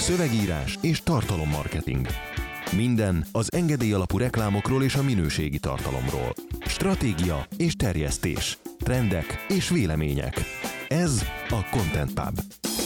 szövegírás és tartalommarketing. Minden az engedély alapú reklámokról és a minőségi tartalomról. Stratégia és terjesztés. Trendek és vélemények. Ez a Content Pub.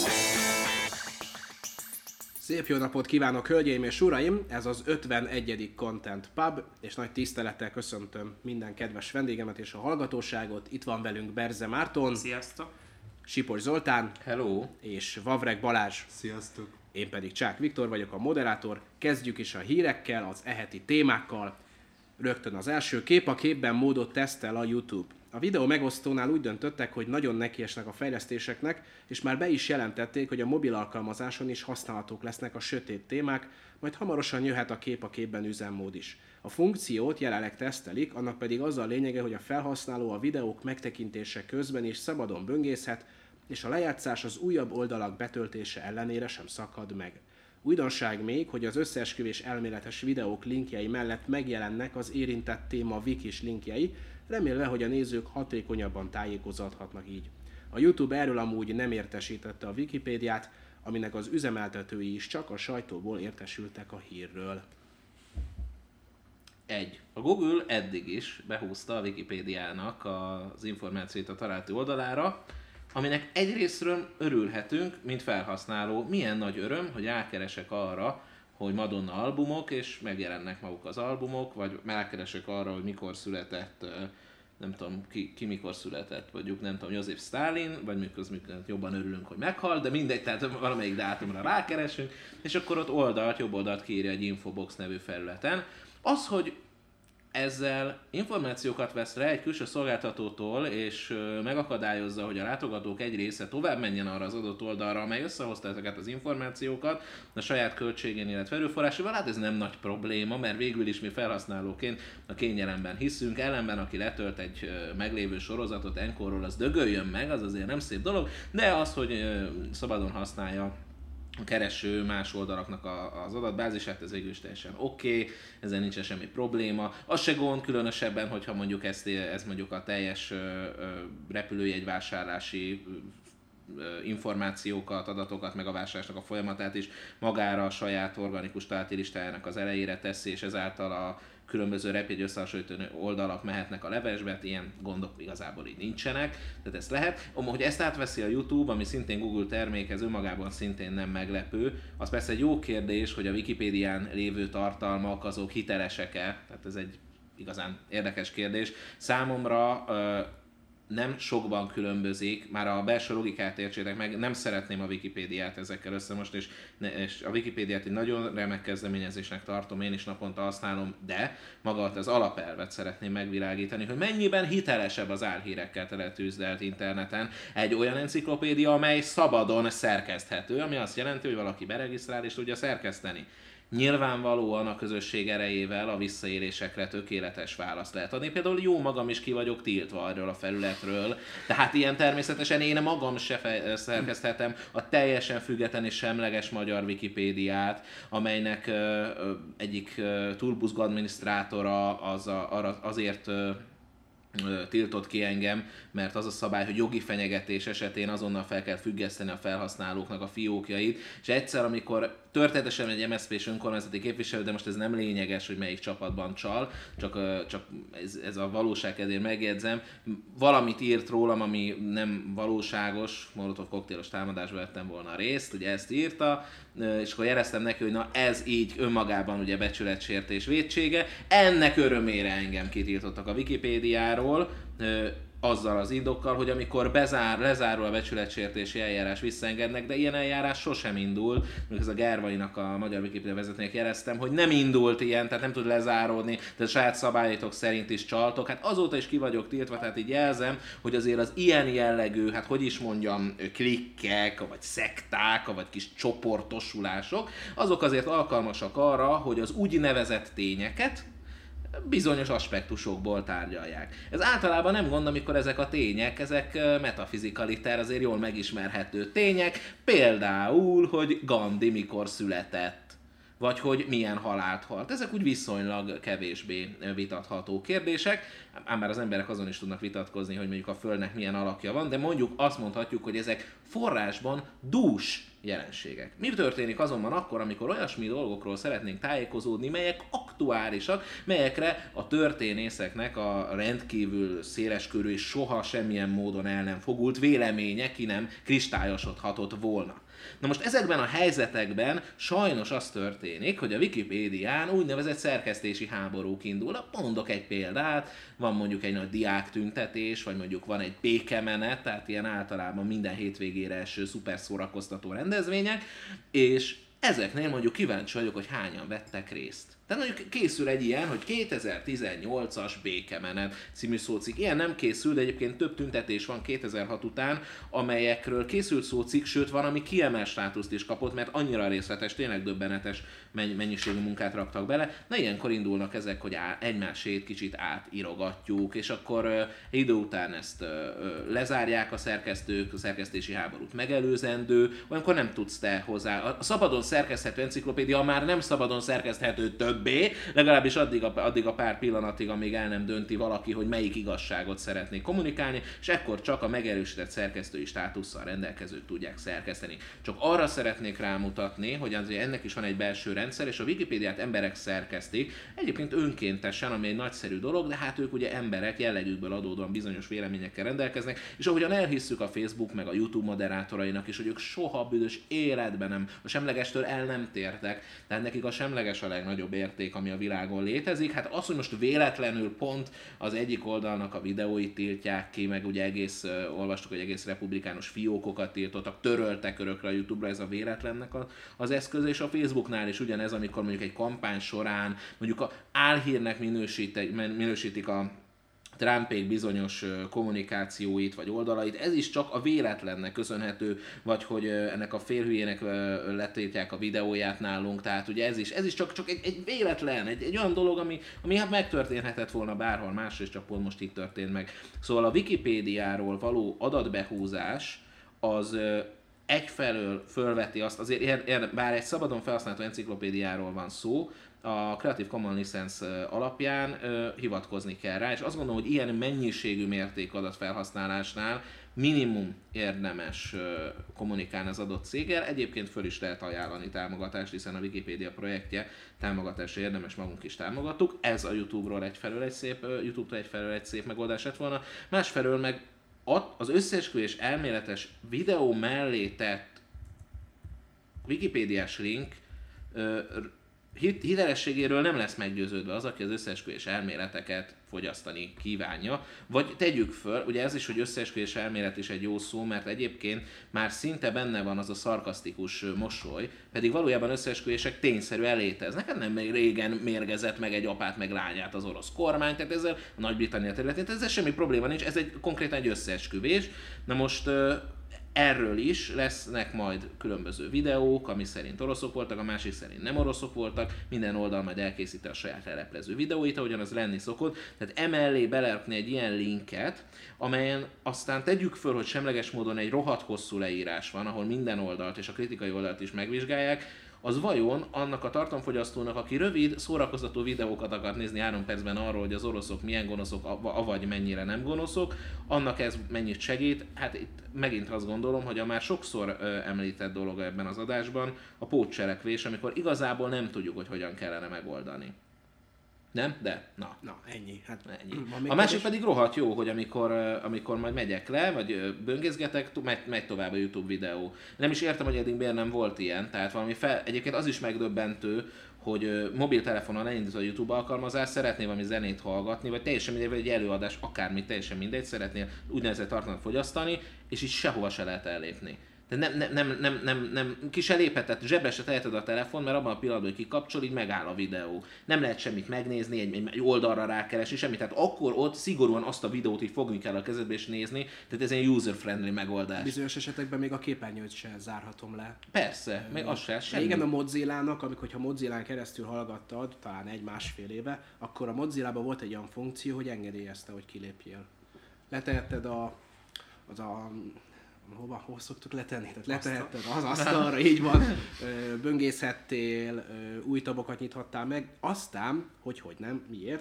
Szép jó napot kívánok, hölgyeim és uraim! Ez az 51. Content Pub, és nagy tisztelettel köszöntöm minden kedves vendégemet és a hallgatóságot. Itt van velünk Berze Márton. Sziasztok! Sipos Zoltán. Hello! És Vavreg Balázs. Sziasztok! Én pedig Csák Viktor vagyok, a moderátor. Kezdjük is a hírekkel, az eheti témákkal. Rögtön az első kép a képben módot tesztel a YouTube. A videó megosztónál úgy döntöttek, hogy nagyon nekiesnek a fejlesztéseknek, és már be is jelentették, hogy a mobil alkalmazáson is használhatók lesznek a sötét témák, majd hamarosan jöhet a kép a képben üzemmód is. A funkciót jelenleg tesztelik, annak pedig az a lényege, hogy a felhasználó a videók megtekintése közben is szabadon böngészhet, és a lejátszás az újabb oldalak betöltése ellenére sem szakad meg. Újdonság még, hogy az összeesküvés elméletes videók linkjei mellett megjelennek az érintett téma wikis linkjei, remélve, hogy a nézők hatékonyabban tájékozódhatnak így. A YouTube erről amúgy nem értesítette a Wikipédiát, aminek az üzemeltetői is csak a sajtóból értesültek a hírről. A Google eddig is behúzta a Wikipédiának az információit a találati oldalára, aminek egyrésztről örülhetünk, mint felhasználó. Milyen nagy öröm, hogy rákeresek arra, hogy Madonna albumok, és megjelennek maguk az albumok, vagy rákeresek arra, hogy mikor született, nem tudom ki mikor született, mondjuk nem tudom, József Sztálin, vagy mikor jobban örülünk, hogy meghalt, de mindegy, tehát valamelyik dátumra rákeresünk, és akkor ott jobb oldalt kiírja egy Infobox nevű felületen. Az, hogy ezzel információkat vesz le egy külső szolgáltatótól, és megakadályozza, hogy a látogatók egy része tovább menjen arra az adott oldalra, amely összehozta ezeket az információkat a saját költségén, illetve erőforrásával, hát ez nem nagy probléma, mert végül is mi felhasználóként a kényelemben hiszünk, ellenben aki letölt egy meglévő sorozatot Encore-ról, az dögöljön meg, az azért nem szép dolog, de az, hogy szabadon használja a kereső más oldalaknak az adatbázisát, ez végül is teljesen oké, ezzel nincsen semmi probléma. Az se gond különösebben, hogyha mondjuk ez mondjuk a teljes repülőjegyvásárlási információkat, adatokat, meg a vásárlásnak a folyamatát is magára a saját organikus találati listájának az elejére teszi, és ezáltal a különböző repjegy összehasonlító oldalak mehetnek a levesbe, hát ilyen gondok igazából így nincsenek, tehát ezt lehet. Hogy ezt átveszi a YouTube, ami szintén Google termék, ez önmagában szintén nem meglepő. Az persze egy jó kérdés, hogy a Wikipédián lévő tartalmak azok hitelesek-e, tehát ez egy igazán érdekes kérdés. Számomra nem sokban különbözik, már a belső logikát értsétek meg, nem szeretném a Wikipédiát ezekkel összemosni, és a Wikipédiát egy nagyon remek kezdeményezésnek tartom, én is naponta használom, de maga az alapelvet szeretném megvilágítani, hogy mennyiben hitelesebb az álhírekkel teletűzdelt interneten egy olyan enciklopédia, amely szabadon szerkeszthető, ami azt jelenti, hogy valaki beregisztrál és tudja szerkeszteni. Nyilvánvalóan a közösség erejével a visszaélésekre tökéletes választ lehet adni. Például jó magam is ki vagyok tiltva erről a felületről, tehát ilyen természetesen én magam se szerkeszthetem a teljesen független és semleges magyar Wikipédiát, amelynek egyik túlbuzgó adminisztrátora azért tiltott ki engem, mert az a szabály, hogy jogi fenyegetés esetén azonnal fel kell függeszteni a felhasználóknak a fiókjait, és egyszer, amikor történetesen egy MSZP-s önkormányzati képviselő, de most ez nem lényeges, hogy melyik csapatban csal, csak ez a valóság kedvéért megjegyzem, valamit írt rólam, ami nem valóságos, Molotov koktélos támadásba vettem volna részt, ugye ezt írta, és akkor jeleztem neki, hogy na ez így önmagában ugye becsületsértés vétsége, ennek örömére engem kitiltottak a Wikipédiáról, azzal az indokkal, hogy amikor lezárul a becsületsértési eljárás, visszaengednek, de ilyen eljárás sosem indul. Még ez a Gervainak, a magyar Wikipédia vezetőnek jeleztem, hogy nem indult ilyen, tehát nem tud lezáródni, de a saját szabályaitok szerint is csaltok. Hát azóta is ki vagyok tiltva, tehát így jelzem, hogy azért az ilyen jellegű, hát hogy is mondjam, klikkek, vagy szekták, vagy kis csoportosulások, azok azért alkalmasak arra, hogy az úgynevezett tényeket bizonyos aspektusokból tárgyalják. Ez általában nem gond, amikor ezek a tények, ezek metafizikaliter, azért jól megismerhető tények, például, hogy Gandhi mikor született, vagy hogy milyen halált halt. Ezek úgy viszonylag kevésbé vitatható kérdések, ám már az emberek azon is tudnak vitatkozni, hogy mondjuk a Földnek milyen alakja van, de mondjuk azt mondhatjuk, hogy ezek forrásban dús jelenségek. Mi történik azonban akkor, amikor olyasmi dolgokról szeretnénk tájékozódni, melyek aktuálisak, melyekre a történészeknek a rendkívül széleskörű és soha semmilyen módon el nem fogult véleménye ki nem kristályosodhatott volna. Na most ezekben a helyzetekben sajnos az történik, hogy a Wikipédián úgynevezett szerkesztési háborúk indulnak. Mondok egy példát, van mondjuk egy nagy diáktüntetés, vagy mondjuk van egy békemenet, tehát ilyen általában minden hétvégére eső szuper szórakoztató rendezvények, és ezeknél mondjuk kíváncsi vagyok, hogy hányan vettek részt. Tehát mondjuk készül egy ilyen, hogy 2018-as békemenet című szócikk. Ilyen nem készül, de egyébként több tüntetés van 2006 után, amelyekről készült szócikk, sőt van, ami kiemelt státuszt is kapott, mert annyira részletes, tényleg döbbenetes mennyiségű munkát raktak bele. Na ilyenkor indulnak ezek, hogy egymásét kicsit átírogatjuk, és akkor idő után ezt lezárják a szerkesztők, a szerkesztési háborút megelőzendő, olyankor nem tudsz te hozzá. A szabadon szerkeszthető enciklopédia már nem szabadon szerkeszthető többé, legalábbis addig a pár pillanatig, amíg el nem dönti valaki, hogy melyik igazságot szeretné kommunikálni, és ekkor csak a megerősített szerkesztői státusszal rendelkezők tudják szerkeszteni. Csak arra szeretnék rámutatni, hogy azért ennek is van egy belső rendszer, és a Wikipédiát emberek szerkesztik, egyébként önkéntesen, ami egy nagyszerű dolog, de hát ők ugye emberek, jellegükből adódóan bizonyos véleményekkel rendelkeznek, és ahogyan elhisszük a Facebook meg a YouTube moderátorainak is, hogy ők soha büdös életben nem, a semlegestől el nem tértek, tehát nekik a semleges a legnagyobb érték, ami a világon létezik. Hát az, hogy most véletlenül pont az egyik oldalnak a videóit tiltják ki, meg ugye olvastuk, hogy egész republikánus fiókokat tiltottak, töröltek örökre a YouTube-ra, ez a véletlennek az eszköz, és a Facebooknál is ugyanez, amikor mondjuk egy kampány során mondjuk a álhírnek minősítik a Trumpék bizonyos kommunikációit vagy oldalait, ez is csak a véletlennek köszönhető, vagy hogy ennek a félhülyének letiltják a videóját nálunk, tehát ugye ez is csak egy véletlen, egy olyan dolog, ami hát megtörténhetett volna bárhol máshol, és csak pont most itt történt meg. Szóval a Wikipédiáról való adatbehúzás az egyfelől fölveti azt, azért bár egy szabadon felhasználható enciklopédiáról van szó, a Creative Commons licensz alapján hivatkozni kell rá, és azt gondolom, hogy ilyen mennyiségű mértékadat felhasználásnál minimum érdemes kommunikálni az adott céggel. Egyébként föl is lehet ajánlani támogatást, hiszen a Wikipédia projektje támogatásra érdemes, magunk is támogattuk. Ez a YouTube-tól egyfelől egy szép megoldás lett volna. Másfelől meg az összeesküvés elméletes videó mellé tett Wikipédiás link hitelességéről nem lesz meggyőződve az, aki az összeesküvés elméleteket fogyasztani kívánja. Vagy tegyük föl, ugye ez is, hogy összeesküvés elmélet is egy jó szó, mert egyébként már szinte benne van az a szarkasztikus mosoly, pedig valójában összeesküvések tényszerűen léteznek. Hát nem régen mérgezett meg egy apát meg lányát az orosz kormány, tehát ezzel a Nagy-Britannia területén, tehát ezzel semmi probléma nincs, ez konkrétan egy összeesküvés. Na most erről is lesznek majd különböző videók, ami szerint oroszok voltak, a másik szerint nem oroszok voltak, minden oldal majd elkészíti a saját leleplező videóit, ahogyan az lenni szokott, tehát emellé belerakni egy ilyen linket, amelyen aztán tegyük föl, hogy semleges módon egy rohadt hosszú leírás van, ahol minden oldalt és a kritikai oldalt is megvizsgálják, az vajon annak a tartalomfogyasztónak, aki rövid, szórakoztató videókat akar nézni 3 percben arról, hogy az oroszok milyen gonoszok, avagy mennyire nem gonoszok, annak ez mennyit segít? Hát itt megint azt gondolom, hogy a már sokszor említett dolog ebben az adásban a pótcselekvés, amikor igazából nem tudjuk, hogy hogyan kellene megoldani. Nem? De? Na, ennyi. Hát ennyi. A másik pedig rohadt jó, hogy amikor majd megyek le, vagy böngészgetek, megy tovább a YouTube videó. Nem is értem, hogy eddig miért nem volt ilyen, tehát egyébként az is megdöbbentő, hogy mobiltelefonon elindít a YouTube alkalmazás, szeretnél valami zenét hallgatni, vagy teljesen mindegy, vagy egy előadás, akármit, teljesen mindegy, szeretnél úgynevezett tartalmat fogyasztani, és így sehova se lehet ellépni. De nem ki se léphetett, zsebre se teheted a telefon, mert abban a pillanatban, hogy kikapcsol, így megáll a videó. Nem lehet semmit megnézni, egy oldalra rákeresni, semmit. Tehát akkor ott szigorúan azt a videót így fogni kell a kezedbe és nézni, tehát ez egy user-friendly megoldás. Bizonyos esetekben még a képernyőt se zárhatom le. Persze, még az se, semmi. Igen, a Mozillának, hogyha Mozillán keresztül hallgattad, talán 1-1,5 éve, akkor a Mozillában volt egy olyan funkció, hogy engedélyezte, hogy kilépjél. Letehetted hova szoktuk letenni? Tehát letehetted az asztalra, így van, böngészhettél, új tabokat nyithattál meg, aztán, hogy nem, miért,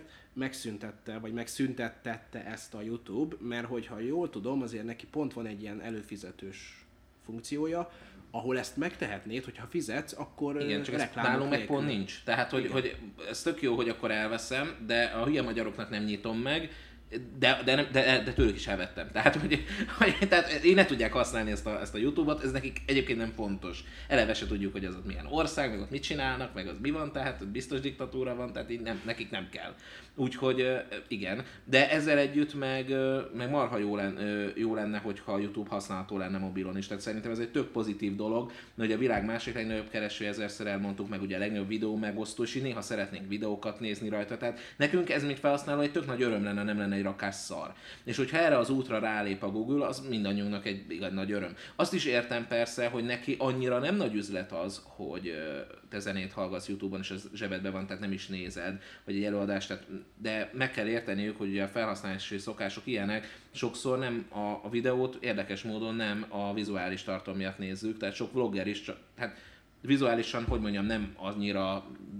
megszüntettette ezt a YouTube, mert hogyha jól tudom, azért neki pont van egy ilyen előfizetős funkciója, ahol ezt megtehetnéd, hogyha fizetsz, akkor igen, csak reklámok nálunk meg nélkül. pont nincs. Tehát, hogy ez tök jó, hogy akkor elveszem, de a hülye magyaroknak nem nyitom meg, de tőlük is elvettem. Tehát, tehát én ne tudják használni ezt a YouTube-ot, ez nekik egyébként nem fontos. Eleve se tudjuk, hogy az ott milyen ország, meg ott mit csinálnak, meg az mi van, tehát biztos diktatúra van, tehát így nekik nem kell. Úgyhogy igen, de ezzel együtt meg marha jó lenne, hogyha a YouTube használható lenne mobilon is. Tehát szerintem ez egy tök pozitív dolog, hogy a világ másik legnagyobb kereső, ezerszer elmondtuk, meg ugye a legnagyobb videó megosztó, és néha szeretnénk videókat nézni rajta. Tehát nekünk ez, mint felhasználó, egy tök nagy öröm lenne, nem lenne egy rakás szar. És hogyha erre az útra rálép a Google, az mindannyiunknak egy igaz nagy öröm. Azt is értem persze, hogy neki annyira nem nagy üzlet az, hogy te zenét hallgatsz YouTube-on, és ez zsebedben van, tehát nem is nézed, vagy egy előadást, tehát, de meg kell érteniük, hogy ugye a felhasználási szokások ilyenek, sokszor nem a videót érdekes módon nem a vizuális tartalom miatt nézzük, tehát sok vlogger is csak, hát vizuálisan, hogy mondjam, nem annyira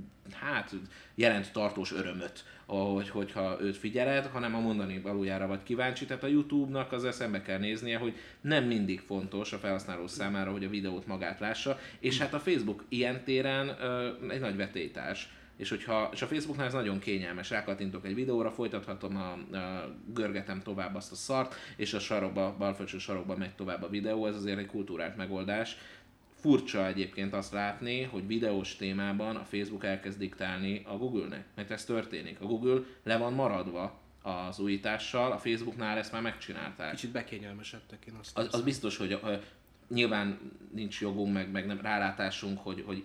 jelent tartós örömöt, hogyha őt figyeled, hanem a mondani valójára vagy kíváncsi. Tehát a YouTube-nak azért szembe kell néznie, hogy nem mindig fontos a felhasználó számára, hogy a videót magát lássa, és hát a Facebook ilyen téren egy nagy vetélytárs. És a Facebooknál ez nagyon kényelmes, rákattintok egy videóra, folytathatom, görgetem tovább azt a szart, és a bal felső sarokba megy tovább a videó, ez azért egy kultúrált megoldás. Furcsa egyébként azt látni, hogy videós témában a Facebook elkezd diktálni a Google-nek, mert ez történik. A Google le van maradva az újítással, a Facebooknál ezt már megcsinálták. Kicsit bekényelmesedtek, én azt az biztos, hogy nyilván nincs jogunk, meg nem rálátásunk, hogy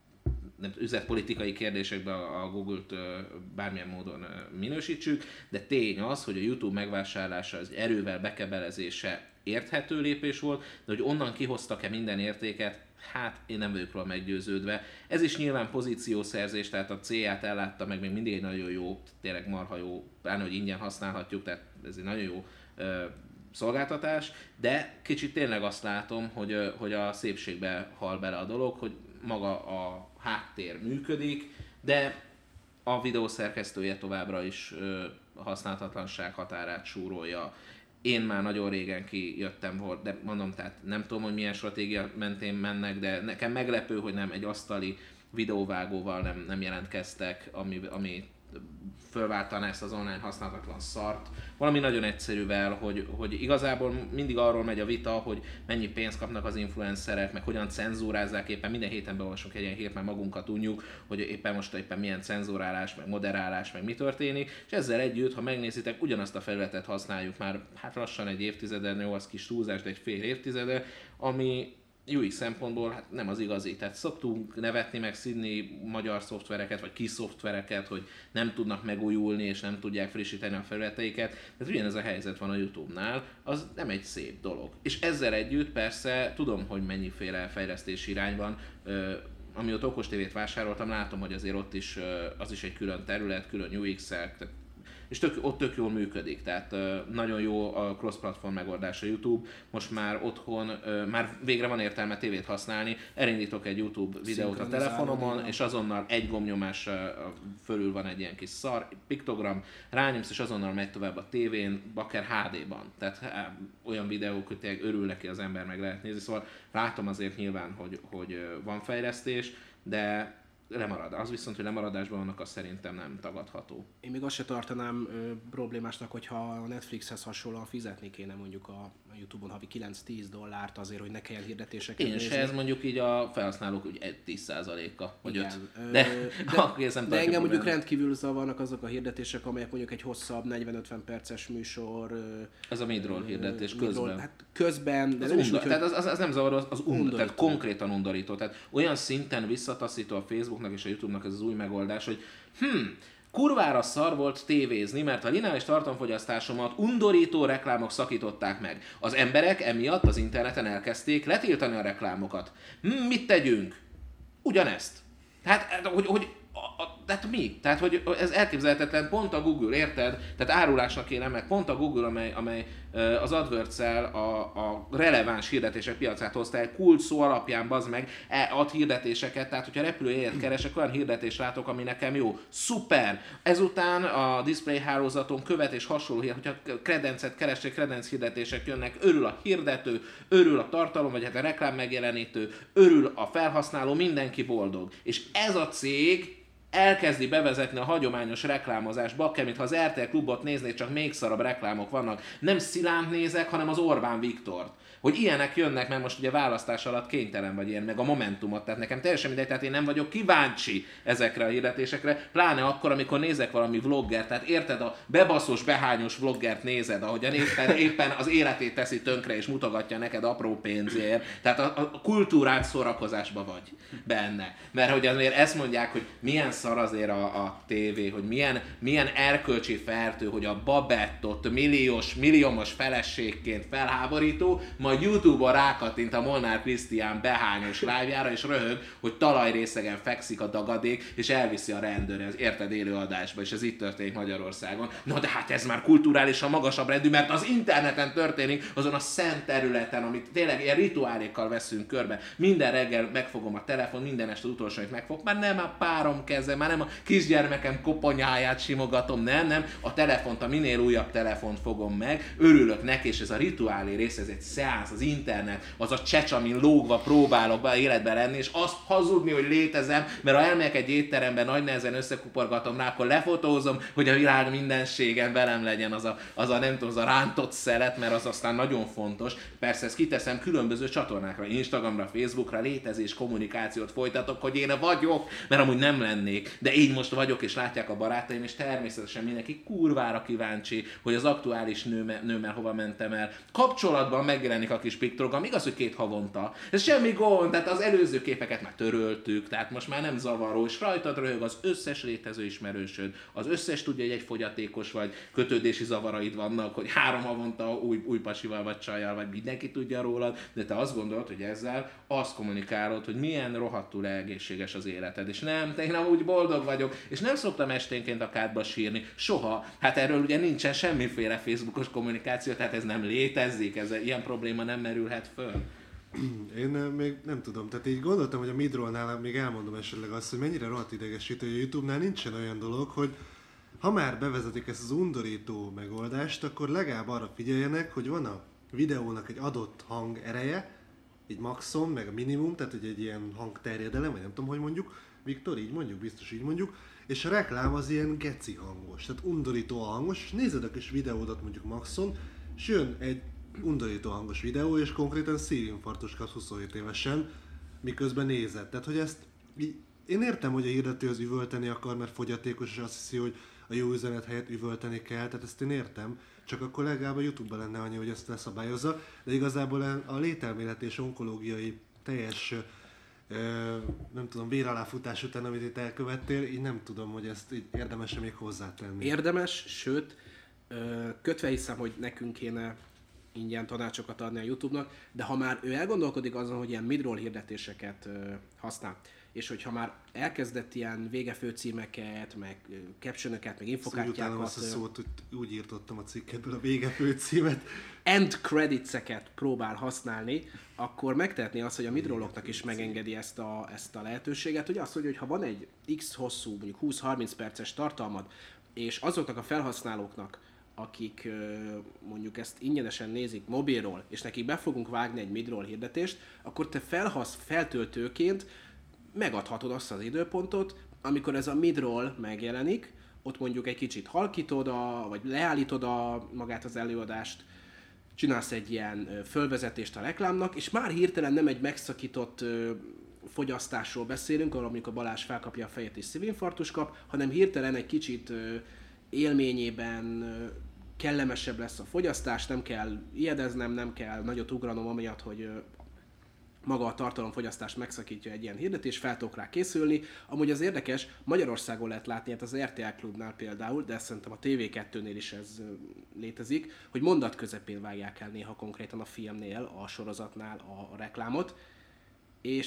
üzletpolitikai kérdésekben a Google-t bármilyen módon minősítsük, de tény az, hogy a YouTube megvásárlása az erővel bekebelezése érthető lépés volt, de hogy onnan kihoztak-e minden értéket, hát én nem vagyok róla meggyőződve. Ez is nyilván pozíciószerzés, tehát a célját ellátta meg, még mindig egy nagyon jó, tényleg marha jó, pláne, hogy ingyen használhatjuk, tehát ez egy nagyon jó szolgáltatás, de kicsit tényleg azt látom, hogy a szépségbe hal bele a dolog, hogy maga a háttér működik, de a videó szerkesztője továbbra is a használhatatlanság határát súrolja. Én már nagyon régen kijöttem, de mondom, tehát nem tudom, hogy milyen stratégia mentén mennek, de nekem meglepő, hogy nem egy asztali videóvágóval nem jelentkeztek, ami fölváltaná ezt az online használhatatlan szart. Valami nagyon egyszerűvel, hogy igazából mindig arról megy a vita, hogy mennyi pénzt kapnak az influencerek, meg hogyan cenzúrázzák, éppen minden héten beolvasunk egy ilyen hírt, már magunkat unjuk, hogy éppen milyen cenzúrálás, meg moderálás, meg mi történik, és ezzel együtt, ha megnézitek, ugyanazt a felületet használjuk már lassan egy évtizede, jó, az kis túlzás, de egy fél évtizede, ami UX szempontból hát nem az igazi. Tehát szoktunk nevetni, meg szidni magyar szoftvereket, vagy kis szoftvereket, hogy nem tudnak megújulni, és nem tudják frissíteni a felületeiket. Tehát ugyanez a helyzet van a YouTube-nál, az nem egy szép dolog. És ezzel együtt persze tudom, hogy mennyiféle fejlesztési irány van. Amióta Okos TV-t vásároltam, látom, hogy azért ott is az is egy külön terület, külön UX-el, és ott tök jól működik, tehát nagyon jó a cross-platform megoldás a YouTube, most már otthon, már végre van értelme tévét használni, elindítok egy YouTube videót a telefonomon, és azonnal egy gombnyomás fölül van egy ilyen kis szar, piktogram, rányomsz, és azonnal megy tovább a tévén, akár HD-ban, tehát olyan videók, hogy tényleg örül neki az ember, meg lehet nézni, szóval látom azért nyilván, hogy van fejlesztés, de lemarad. Az viszont, hogy lemaradásban vannak, az szerintem nem tagadható. Én még azt se tartanám problémásnak, hogyha a Netflixhez hasonlóan fizetni kéne mondjuk a YouTube-on havi $9-10 azért, hogy ne kelljen hirdetéseket nézni. Én se, ez mondjuk így a felhasználók úgy 10%-a, vagy 5. De engem mondjuk rendkívül zavarnak azok a hirdetések, amelyek mondjuk egy hosszabb 40-50 perces műsor. Ez a midroll hirdetés közben. Hát közben, de tehát az nem zavaró, az undorító. Tehát konkrétan undorító. Tehát olyan szinten visszataszító a Facebooknak és a YouTube-nak ez az új megoldás, hogy kurvára szar volt tévézni, mert a lineáris tartalomfogyasztásomat undorító reklámok szakították meg. Az emberek emiatt az interneten elkezdték letiltani a reklámokat. Mit tegyünk? Ugyanezt. Tehát, hogy Tehát mi? Tehát, hogy ez elképzelhetetlen, pont a Google, érted? Tehát árulásnak kéne meg, pont a Google, amely az AdWords-el a releváns hirdetések piacát hozta el, kult szó alapján, bazd meg, ad hirdetéseket, tehát hogyha repülőjegyet keresek, olyan hirdetést látok, ami nekem jó. Szuper! Ezután a display hálózaton követ és hasonló, hogyha kredencet keresek, kredenc hirdetések jönnek, örül a hirdető, örül a tartalom, vagy hát a reklám megjelenítő, örül a felhasználó, mindenki boldog. És ez a cég elkezdi bevezetni a hagyományos reklámozást, bakker, mintha az RTL Klubot néznék, csak még szarabb reklámok vannak. Nem Szilánt nézek, hanem az Orbán Viktort. Hogy ilyenek jönnek, mert most ugye választás alatt kénytelen vagy ilyen, meg a Momentumot, tehát nekem teljesen mindegy, tehát én nem vagyok kíváncsi ezekre a hirdetésekre, pláne akkor, amikor nézek valami vloggert, tehát érted, a bebaszós, behányos vloggert nézed, ahogyan éppen az életét teszi tönkre és mutogatja neked apró pénzért, tehát a kultúrát szórakozásba vagy benne. Mert hogy azért ezt mondják, hogy milyen szar azért a tévé, hogy milyen erkölcsi fertő, hogy a Babettot milliómos feleségként felháborító, majd YouTube-on rákattint a Molnár Krisztián behányos live-jára, és röhög, hogy talajrészegen fekszik a dagadék, és elviszi a rendőr, az érted élő adásba, és ez itt történik Magyarországon. Na de hát ez már kulturálisan magasabb rendű, mert az interneten történik, azon a szent területen, amit tényleg ilyen rituálékkal veszünk körbe. Minden reggel megfogom a telefon, minden este az utolsó, amit megfog, már nem a párom keze, már nem a kisgyermekem koponyáját simogatom, nem, a telefont, a minél újabb telefont fogom meg, örülök neki, és ez a rituálé rész, ez egy szeánsz, az internet, az a csecs, amin lógva próbálok be életbe lenni, és azt hazudni, hogy létezem, mert ha elmegyek egy étteremben, nagy nehezen összekuporgatom rá, akkor lefotózom, hogy a világ mindenségen velem legyen az a nem tudom, az a rántott szelet, mert az aztán nagyon fontos. Persze ezt kiteszem különböző csatornákra, Instagramra, Facebookra, létezés, kommunikációt folytatok, hogy én vagyok, mert amúgy nem lennék, de így most vagyok, és látják a barátaim, és természetesen mindenki kurvára kíváncsi, hogy az aktuális nőmmel hova mentem el. Kapcsolatban megjelenik a kis piktogram, igaz, hogy 2 havonta. Ez semmi gond, tehát az előző képeket már töröltük, tehát most már nem zavaró, és rajtad röhög az összes létező ismerősöd, az összes tudja, hogy egy fogyatékos vagy, kötődési zavaraid vannak, hogy 3 havonta új pasival vagy csajjal, vagy mindenki tudja rólad, de te azt gondolod, hogy ezzel azt kommunikálod, hogy milyen rohadtul egészséges az életed, és nem, én amúgy boldog vagyok, és nem szoktam esténként a kádba sírni, soha, hát erről ugye nincsen semmiféle Facebookos kommunikáció, tehát ez nem létezik, ilyen probléma nem merülhet föl. Én még nem tudom, tehát így gondoltam, hogy a Midrollnál még elmondom esetleg azt, hogy mennyire rohadt idegesítő, hogy a YouTube-nál nincsen olyan dolog, hogy ha már bevezetik ezt az undorító megoldást, akkor legalább arra figyeljenek, hogy van a videónak egy adott hang ereje, egy maximum, meg a minimum, tehát hogy egy ilyen hangterjedelem, vagy nem tudom, hogy mondjuk, Viktor, így mondjuk, biztos így mondjuk, és a reklám az ilyen geci hangos, tehát undorító hangos, és nézed a kis videódat mondjuk maxon, és jön egy undorító hangos videó, és konkrétan szívinfarktus kapsz 27 évesen, miközben nézed. Tehát, hogy ezt én értem, hogy a hirdető az üvölteni akar, mert fogyatékos, és azt hiszi, hogy a jó üzenet helyett üvölteni kell, tehát ezt én értem, csak akkor legalább a YouTube-ban lenne annyi, hogy ezt leszabályozza, de igazából a lételméleti és onkológiai teljes nem tudom, véraláfutás után, amit itt elkövettél, így nem tudom, hogy ezt így érdemes-e még hozzátenni. Érdemes, sőt, kötve hiszem, hogy nekünk kéne ingyen tanácsokat adni a YouTube-nak, de ha már ő elgondolkodik azon, hogy ilyen midroll hirdetéseket használ, és hogyha már elkezdett ilyen vége főcímeket, meg captionöket, meg infokártyákat... Azt a szót, hogy úgy írtottam a cikketből a vége főcímet. End credits-eket próbál használni, akkor megtehetné azt, hogy a midrolloknak is megengedi ezt a lehetőséget, hogy azt mondja, hogy ha van egy X hosszú, mondjuk 20-30 perces tartalmad, és azoknak a felhasználóknak, akik mondjuk ezt ingyenesen nézik mobilról, és nekik be fogunk vágni egy midroll hirdetést, akkor te feltöltőként megadhatod azt az időpontot, amikor ez a midroll megjelenik, ott mondjuk egy kicsit halkítod, vagy leállítod magát az előadást, csinálsz egy ilyen fölvezetést a reklámnak, és már hirtelen nem egy megszakított fogyasztásról beszélünk, ahol amikor Balázs felkapja a fejét és szívinfarktus kap, hanem hirtelen egy kicsit élményében kellemesebb lesz a fogyasztás, nem kell ijedeznem, nem kell nagyot ugranom amiatt, hogy maga a tartalomfogyasztást megszakítja egy ilyen hirdetés, fel tudok rá készülni. Amúgy az érdekes, Magyarországon lehet látni, hát az RTL Klubnál például, de szerintem a TV2-nél is ez létezik, hogy mondat közepén vágják el néha konkrétan a filmnél, a sorozatnál a reklámot, és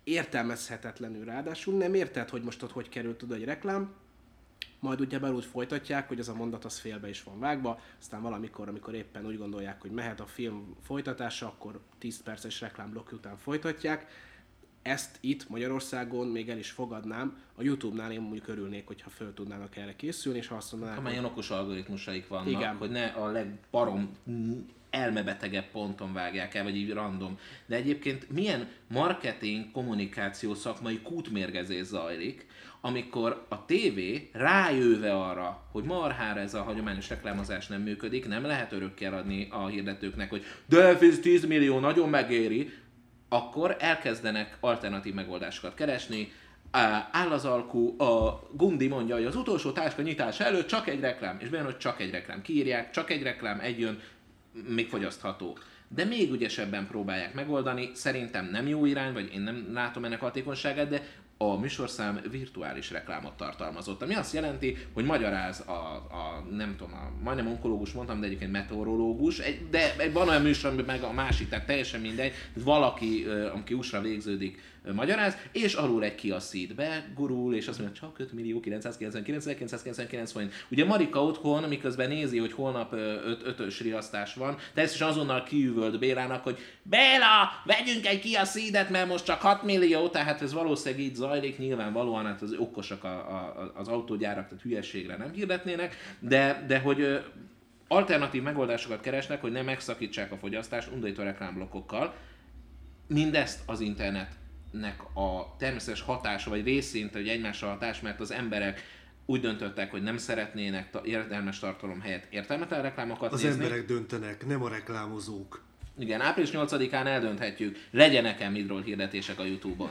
értelmezhetetlenül ráadásul, nem érted, hogy most ott hogy került oda egy reklám, majd ugyebár úgy folytatják, hogy ez a mondat az félbe is van vágva, aztán valamikor, amikor éppen úgy gondolják, hogy mehet a film folytatása, akkor 10 perces reklámblokk után folytatják. Ezt itt Magyarországon még el is fogadnám, a YouTube-nál én mondjuk örülnék, hogyha föl tudnának erre készülni, és ha azt mondanák, hogy... Amilyen okos algoritmusaik vannak, igen, hogy ne a legbarom elmebetegebb ponton vágják el, vagy így random. De egyébként milyen marketing, kommunikáció szakmai kútmérgezés zajlik, amikor a tévé rájöve arra, hogy marhára ez a hagyományos reklámozás nem működik, nem lehet örökké adni a hirdetőknek, hogy de ez 10 millió, nagyon megéri, akkor elkezdenek alternatív megoldásokat keresni. Áll az alkú, a Gundi mondja, hogy az utolsó táska nyitása előtt csak egy reklám, és bejön, hogy csak egy reklám. Kiírják, csak egy reklám, egy jön, még fogyasztható. De még ügyesebben próbálják megoldani, szerintem nem jó irány, vagy én nem látom ennek hatékonyságát, de a műsorszám virtuális reklámot tartalmazott, ami azt jelenti, hogy magyaráz nem tudom, majdnem onkológus mondtam, de egyébként meteorológus, de van olyan műsor, amiben meg a másik, tehát teljesen mindegy, valaki, aki USA végződik, magyaráz, és alul egy Kia Ceed-be gurul, és azt mondja, csak 5.999.999 forint. Ugye Marika otthon, miközben nézi, hogy holnap 5-ös riasztás van, természetesen azonnal kiüvölt Bélának, hogy Béla, vegyünk egy Kia Ceedet, mert most csak 6 millió, tehát ez valószínűleg így zajlik, nyilvánvalóan hát az okosak az autógyárak, tehát hülyességre nem hirdetnének, de hogy alternatív megoldásokat keresnek, hogy nem megszakítsák a fogyasztást undorító reklámblokkokkal. Mindezt az internetnek a természetes hatása, vagy részint, hogy egymással hatás, mert az emberek úgy döntöttek, hogy nem szeretnének értelmes tartalom helyett értelmetlen reklámokat az nézni. Emberek döntenek, nem a reklámozók. Igen, április 8-án eldönthetjük, legyenek-e midról hirdetések a YouTube-on.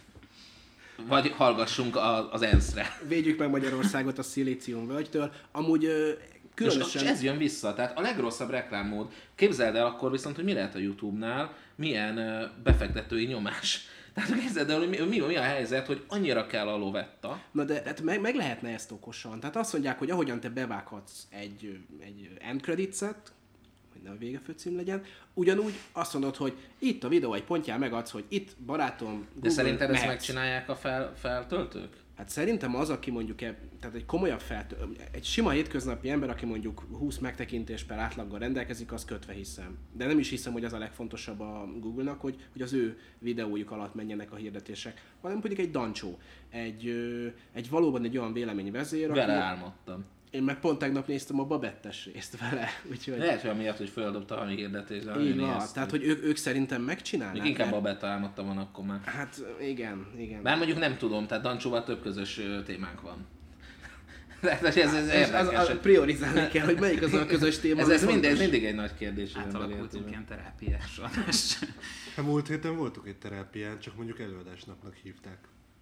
Vagy hallgassunk az ENSZ-re. Védjük meg Magyarországot a Szilícium völgytől. Amúgy különösen... És ez jön vissza, tehát a legrosszabb reklámmód. Képzeld el akkor viszont, hogy mi lehet a YouTube-nál, milyen befektetői nyomás. Tehát képzeld el, hogy mi a helyzet, hogy annyira kell a lovetta. Na de hát meg lehetne ezt okosan. Tehát azt mondják, hogy ahogyan te bevághatsz egy end credits-et, hogy ne a végefőcím legyen, ugyanúgy azt mondod, hogy itt a videó egy pontján megadsz, hogy itt barátom, Google, de szerinted mehetsz. ezt megcsinálják a feltöltők? Hát szerintem az, aki mondjuk, tehát egy komolyabb egy sima hétköznapi ember, aki mondjuk 20 megtekintés per átlaggal rendelkezik, az kötve hiszem. De nem is hiszem, hogy az a legfontosabb a Google-nak, hogy az ő videójuk alatt menjenek a hirdetések, hanem mondjuk egy dancsó, egy valóban egy olyan véleményvezér, Vele álmodtam. Én meg pont tegnap néztem a Babettes részt vele, úgyhogy... Lehet, hogy amiatt, hogy feldobta a hirdetést. Így van, tehát hogy ők szerintem megcsinálnák. Még inkább Babetta álmodtam van akkor már. Hát igen. Bár mondjuk nem tudom, tehát Dancsóval több közös témánk van. Ez érdekes. Priorizálni kell, hogy melyik az a közös téma. Ez mindig egy nagy kérdés. Átalakultunk ilyen terápiás adás. Hát múlt héten voltunk egy terápián, csak mondjuk előadásnapnak hívták.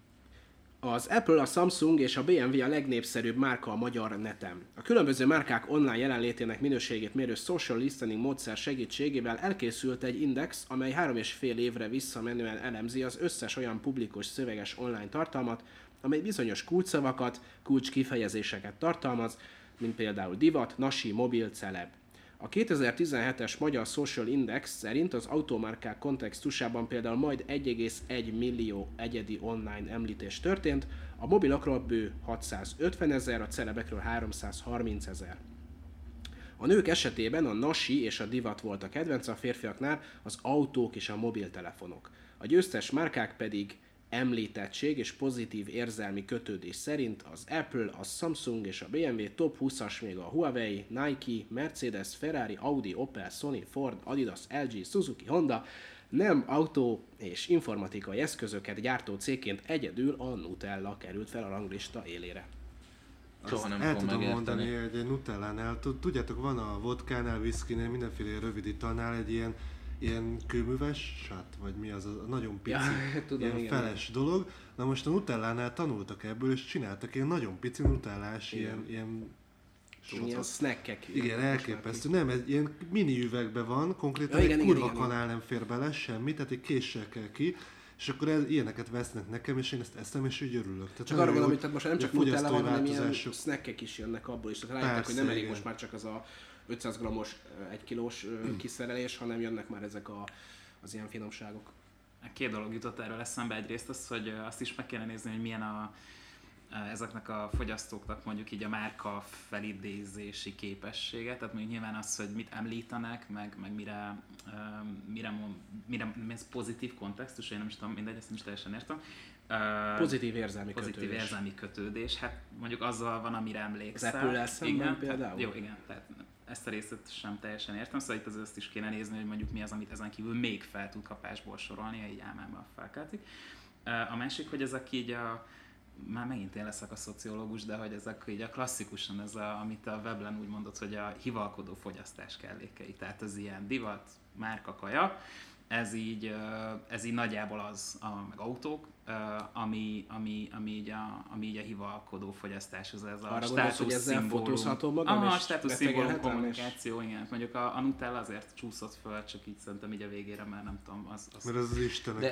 Az Apple, a Samsung és a BMW a legnépszerűbb márka a magyar neten. A különböző márkák online jelenlétének minőségét mérő social listening módszer segítségével elkészült egy index, amely 3,5 évre visszamenően elemzi az összes olyan publikus szöveges online tartalmat, amely bizonyos kulcsszavakat, kulcskifejezéseket tartalmaz, mint például divat, nasi, mobil, celeb. A 2017-es Magyar Social Index szerint az automárkák kontextusában például majd 1,1 millió egyedi online említés történt, a mobilokról bő 650 000, a celebekről 330 000. A nők esetében a nasi és a divat volt a kedvenc, a férfiaknál az autók és a mobiltelefonok. A győztes márkák pedig említettség és pozitív érzelmi kötődés szerint az Apple, a Samsung és a BMW top 20-as még a Huawei, Nike, Mercedes, Ferrari, Audi, Opel, Sony, Ford, Adidas, LG, Suzuki, Honda, nem autó és informatikai eszközöket gyártó cégként egyedül a Nutella került fel a ranglista élére. Soha nem el fogom tudom megérteni. mondani, hogy egy Nutellánál, tudjátok, van a vodkánál, whiskynél, mindenféle rövid italnál egy ilyen kőműves sat, vagy mi az a nagyon pici, Ja, tudom, ilyen igen. feles dolog. Na most a Nutellánál tanultak ebből, és csináltak ilyen nagyon pici nutellás, ilyen Ilyen shotot. snackek. Igen, elképesztő. Nem, ez ilyen mini üvegben van, konkrétan Ja, egy igen, kurva igen. kanál nem fér bele, semmi, tehát egy késsel kell ki, és akkor ilyeneket vesznek nekem, és én ezt eszem, és így örülök. Tehát Csak nagyon arra jó, gondolom, hogy tehát most nem csak hogy a Nutella van, hanem ilyen fogyasztói snackek is jönnek abból is. Tehát rájöttek, hogy nem Persze, elég igen. most már csak az a 500 g-os, 1 kilós kiszerelés, hanem jönnek már ezek az ilyen finomságok. Két dolog jutott erről eszembe. Egyrészt az, hogy azt is meg kéne nézni, hogy milyen ezeknek a fogyasztóknak mondjuk így a márka felidézési képessége, tehát mondjuk nyilván az, hogy mit említenek, meg mire ez pozitív kontextus, én nem is tudom, mindegy, ezt nem is teljesen értem. Pozitív érzelmi kötődés, hát mondjuk azzal van, amire emlékszel. Az Apple-el szemben például? Jó, igen, tehát ezt a részét sem teljesen értem, szóval itt azt is kéne nézni, hogy mondjuk mi az, amit ezen kívül még fel tud kapásból sorolni, ha így álmában felkeltik. A másik, hogy ezek így már megint én leszek a szociológus, de hogy ezek így a klasszikusan, amit a Veblen úgy mondott, hogy a hivalkodó fogyasztás kellékei, tehát az ilyen divat, márka, kaja, ez így nagyjából az, meg autók, ami így a hivalkodó fogyasztáshoz, ez a státuszszimbólum. Fotózhatom magam, a státuszszimbólum kommunikáció, igen. Mondjuk a Nutella azért csúszott föl, csak így szerintem így a végére, mert nem tudom, az... Mert az Istenek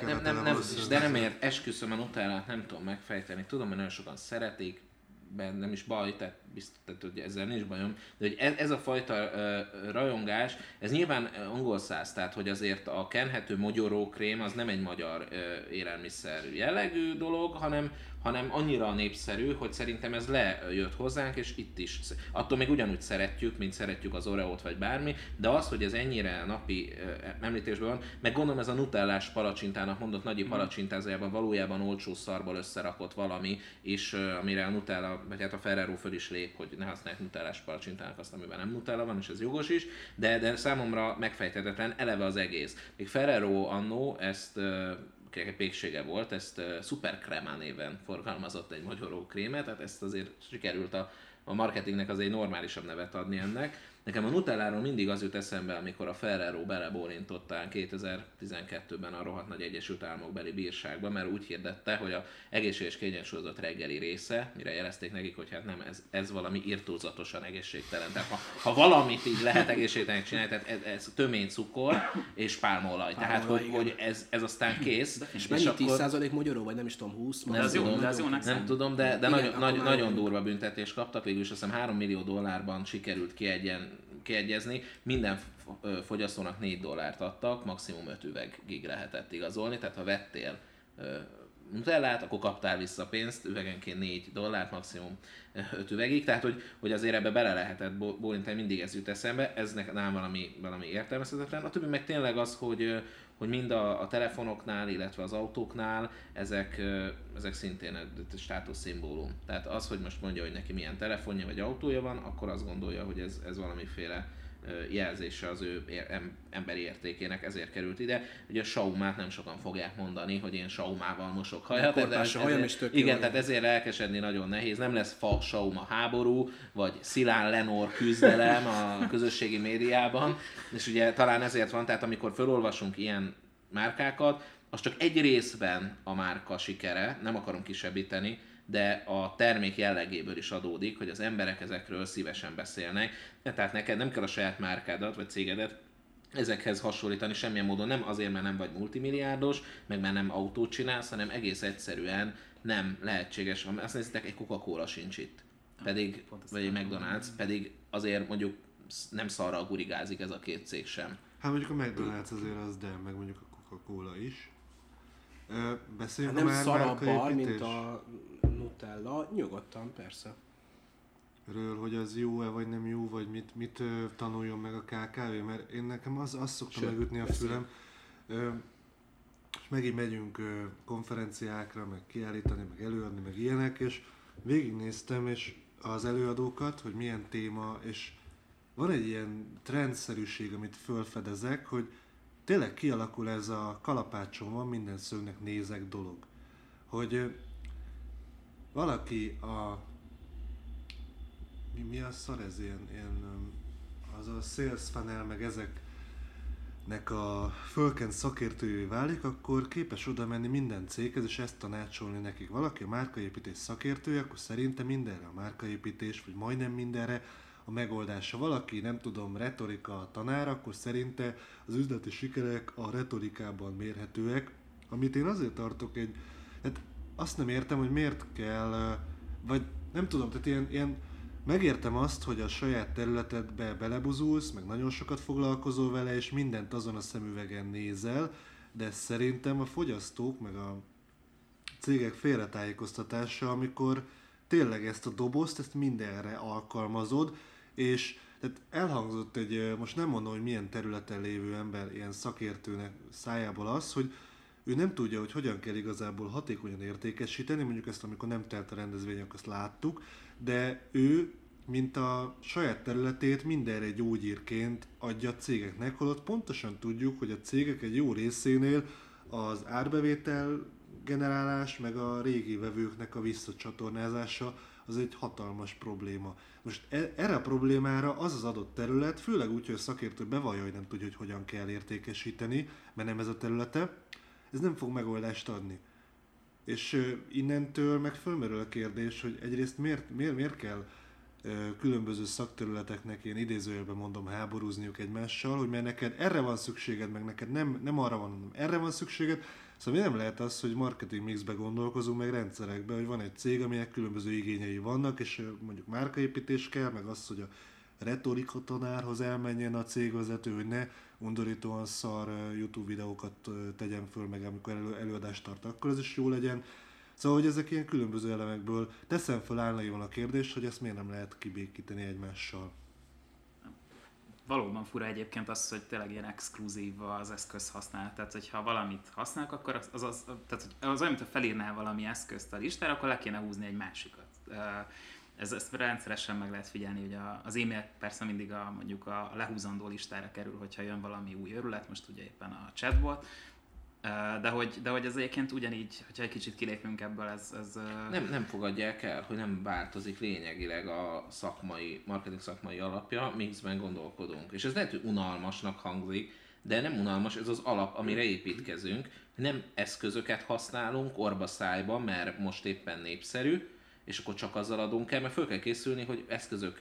de nem ért, esküszöm, a Nutellát nem tudom megfejteni. Tudom, hogy nagyon sokan szeretik, nem is baj, tehát biztos, hogy ezzel nincs bajom, de hogy ez a fajta rajongás, ez nyilván angol száz, tehát hogy azért a kenhető mogyorókrém az nem egy magyar élelmiszer jellegű dolog, hanem annyira népszerű, hogy szerintem ez lejött hozzánk, és itt is. Attól még ugyanúgy szeretjük, mint szeretjük az Oreót vagy bármi, de az, hogy ez ennyire napi említésben van, meg gondolom ez a nutellás palacsintának mondott nagyi palacsintázájában valójában olcsó szarból összerakott valami, és amire a Nutella, vagy hát a Ferrero föl is lép, hogy ne használják nutellás palacsintának azt, amiben nem Nutella van, és ez jogos is, de számomra megfejthetetlen eleve az egész. Még Ferrero annó ezt péksége volt, ezt Super Crema néven forgalmazott egy magyaró krémet, tehát ezt azért sikerült a marketingnek azért normálisabb nevet adni ennek. Nekem a Nutelláról mindig az jut eszembe, amikor a Ferrero belebólintottál 2012-ben a rohadt nagy Egyesült Államokbeli bírságba, mert úgy hirdette, hogy a egészséges kiegyensúlyozott reggeli része, mire jelezték nekik, hogy hát nem, ez valami irtózatosan egészségtelen. Tehát ha valamit így lehet egészségtelenek csinálni, tehát ez tömény cukor és pálmaolaj. Tehát hogy ez aztán kész. És mennyi 10% mogyoró, vagy nem is tudom, 20? Nem tudom, de nagyon durva büntetés kaptak, végül is azt hiszem $3 millió sikerült kiegyezni, minden fogyasztónak $4 adtak, maximum 5 üvegig lehetett igazolni, tehát ha vettél Nutellát, akkor kaptál vissza pénzt, üvegenként $4, maximum 5 üvegig, tehát hogy azért ebbe bele lehetett bólintani, mindig ez jut eszembe, ez nálam valami értelmezhetetlen. A többi meg tényleg az, hogy mind a telefonoknál, illetve az autóknál ezek szintén státuszszimbólum. Tehát az, hogy most mondja, hogy neki milyen telefonja vagy autója van, akkor azt gondolja, hogy ez valamiféle jelzése az ő emberi értékének, ezért került ide. Ugye a Saumát nem sokan fogják mondani, hogy én Saumával mosok hajat. Igen, tehát ezért lelkesedni nagyon nehéz. Nem lesz fa Sauma háború, vagy Szilán Lenor küzdelem a közösségi médiában. És ugye talán ezért van, tehát amikor felolvasunk ilyen márkákat, az csak egy részben a márka sikere, nem akarom kisebbíteni, de a termék jellegéből is adódik, hogy az emberek ezekről szívesen beszélnek. Tehát neked nem kell a saját márkádat vagy cégedet ezekhez hasonlítani semmilyen módon, nem azért, mert nem vagy multimilliárdos, meg mert nem autót csinálsz, hanem egész egyszerűen nem lehetséges. Azt néztek, egy Coca-Cola sincs itt, pedig, vagy egy McDonald's, pedig azért mondjuk nem szarral gurigázik ez a két cég sem. Hát mondjuk a McDonald's azért az, de meg mondjuk a Coca-Cola is. Beszéljünk nem szarabbal, mint a Nutella, nyugodtan, persze. Hogy az jó-e, vagy nem jó, vagy mit tanuljon meg a KKV, mert én nekem azt szoktam megütni a fülem. És megint megyünk konferenciákra, meg kiállítani, meg előadni, meg ilyenek, és végignéztem és az előadókat, hogy milyen téma, és van egy ilyen trendszerűség, amit felfedezek, hogy tényleg kialakul ez a kalapácson van, minden szögnek nézek dolog. Hogy valaki mi a szar ez ilyen az a sales funnel, meg ezeknek a fölkent szakértőjévé válik, akkor képes oda menni minden céghez, és ezt tanácsolni nekik. Valaki a márkaépítés szakértője, akkor szerinte mindenre a márkaépítés, vagy majdnem mindenre a megoldása. Valaki, nem tudom, retorika tanár, akkor szerinte az üzleti sikerek a retorikában mérhetőek, amit én azért tartok hát azt nem értem, hogy miért kell, vagy nem tudom, tehát ilyen megértem azt, hogy a saját területedbe belebuzulsz, meg nagyon sokat foglalkozol vele, és mindent azon a szemüvegen nézel, de szerintem a fogyasztók meg a cégek félretájékoztatása, amikor tényleg ezt a dobozt, ezt mindenre alkalmazod, és tehát elhangzott most nem mondom, hogy milyen területen lévő ember, ilyen szakértőnek szájából az, hogy ő nem tudja, hogy hogyan kell igazából hatékonyan értékesíteni, mondjuk ezt, amikor nem telt a rendezvény, akkor azt láttuk, de ő, mint a saját területét mindenre gyógyírként adja a cégeknek, holott pontosan tudjuk, hogy a cégek egy jó részénél az árbevétel generálás, meg a régi vevőknek a visszacsatornázása az egy hatalmas probléma. Most erre a problémára az adott terület, főleg úgy, hogy a szakértő bevallja, hogy nem tudja, hogy hogyan kell értékesíteni, mert nem ez a területe, ez nem fog megoldást adni. És innentől meg fölmerül a kérdés, hogy egyrészt miért kell különböző szakterületeknek, én idézőjelben mondom, háborúzniuk egymással, hogy mert neked erre van szükséged, meg neked nem arra van, hanem erre van szükséged. Szóval nem lehet az, hogy marketing mixbe gondolkozunk, meg rendszerekbe, hogy van egy cég, aminek különböző igényei vannak, és mondjuk márkaépítés kell, meg az, hogy a retorika tanárhoz elmenjen a cégvezető, hogy ne undorítóan szar YouTube videókat tegyen föl, meg amikor előadást tart, akkor ez is jó legyen. Szóval, hogy ezek ilyen különböző elemekből teszem föl állandóan a kérdést, hogy ezt miért nem lehet kibékíteni egymással. Valóban fura egyébként az, hogy tényleg ilyen exkluzív az eszköz használat. Tehát, hogyha valamit használnak, akkor az olyan, mint ha felírnál valami eszközt a listára, akkor le kéne húzni egy másikat. Ezt rendszeresen meg lehet figyelni, hogy az e-mail persze mindig mondjuk a lehúzandó listára kerül, hogyha jön valami új örület, most ugye éppen a chatbot, de hogy ez egyébként ugyanígy, hogyha egy kicsit kilépünk ebből, ez... Nem fogadják el, hogy nem változik lényegileg a marketing szakmai alapja, mixben gondolkodunk. És ez lehet, hogy unalmasnak hangzik, de nem unalmas, ez az alap, amire építkezünk. Nem eszközöket használunk orba-szájba, mert most éppen népszerű, és akkor csak azzal adunk el, mert föl kell készülni, hogy eszközök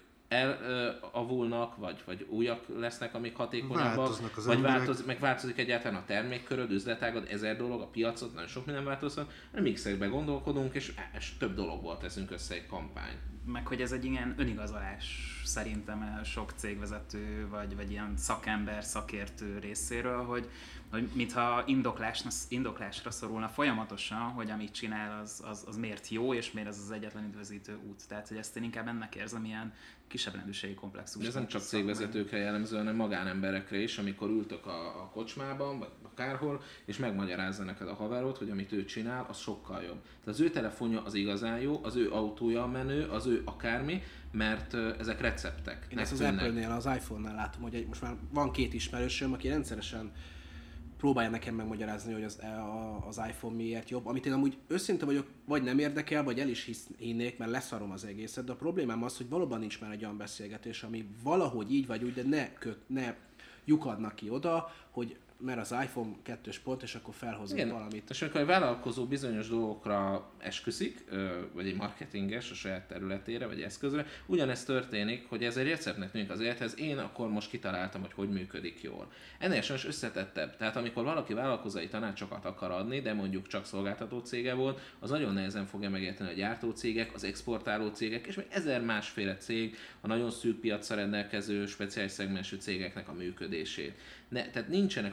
elavulnak, vagy újak lesznek, amik hatékonyabbak, vagy változik egyáltalán a termékköröd, üzletágad, 1000 dolog, a piacot, nagyon sok minden változhat, a mixekbe gondolkodunk, és több dologból teszünk össze egy kampányt. Meg hogy ez egy ilyen önigazolás szerintem sok cégvezető, vagy ilyen szakember, szakértő részéről, hogy mintha indoklásra szorulna folyamatosan, hogy amit csinál, az miért jó, és miért ez az egyetlen üdvözítő út. Tehát, hogy ezt én inkább ennek érzem ilyen kisebb rendűségi komplexus. De ez nem csak cégvezetőkre jellemző, hanem magánemberekre is, amikor ültök a kocsmában, vagy akárhol, és megmagyarázza neked a haverod, hogy amit ő csinál, az sokkal jobb. Tehát az ő telefonja az igazán jó, az ő autója a menő, az ő akármi, mert ezek receptek. Én ezt az Apple-nél, az iPhone-nál látom, hogy most már van 2 ismerősöm, aki rendszeresen próbálja nekem megmagyarázni, hogy az iPhone miért jobb, amit én amúgy őszinte vagyok, vagy nem érdekel, vagy el is hinnék, mert leszarom az egészet, de a problémám az, hogy valóban nincs már egy olyan beszélgetés, ami valahogy így vagy úgy, de ne lyukadnak ki oda, hogy mert az iPhone 2-es pont, és akkor felhozunk valamit. És amikor egy vállalkozó bizonyos dolgokra esküszik, vagy egy marketinges a saját területére, vagy eszközre, ugyanezt történik, hogy ez egy receptnek tűnik az élethez, én akkor most kitaláltam, hogy működik jól. Ennél sajnos összetettebb. Tehát amikor valaki vállalkozói tanácsokat akar adni, de mondjuk csak szolgáltató cége volt, az nagyon nehezen fogja megérteni a gyártócégek, az exportáló cégek, és még 1000 másféle cég, a nagyon szűk piacra rendelkező, speciális szegmensű cégeknek a működését. Tehát nincsenek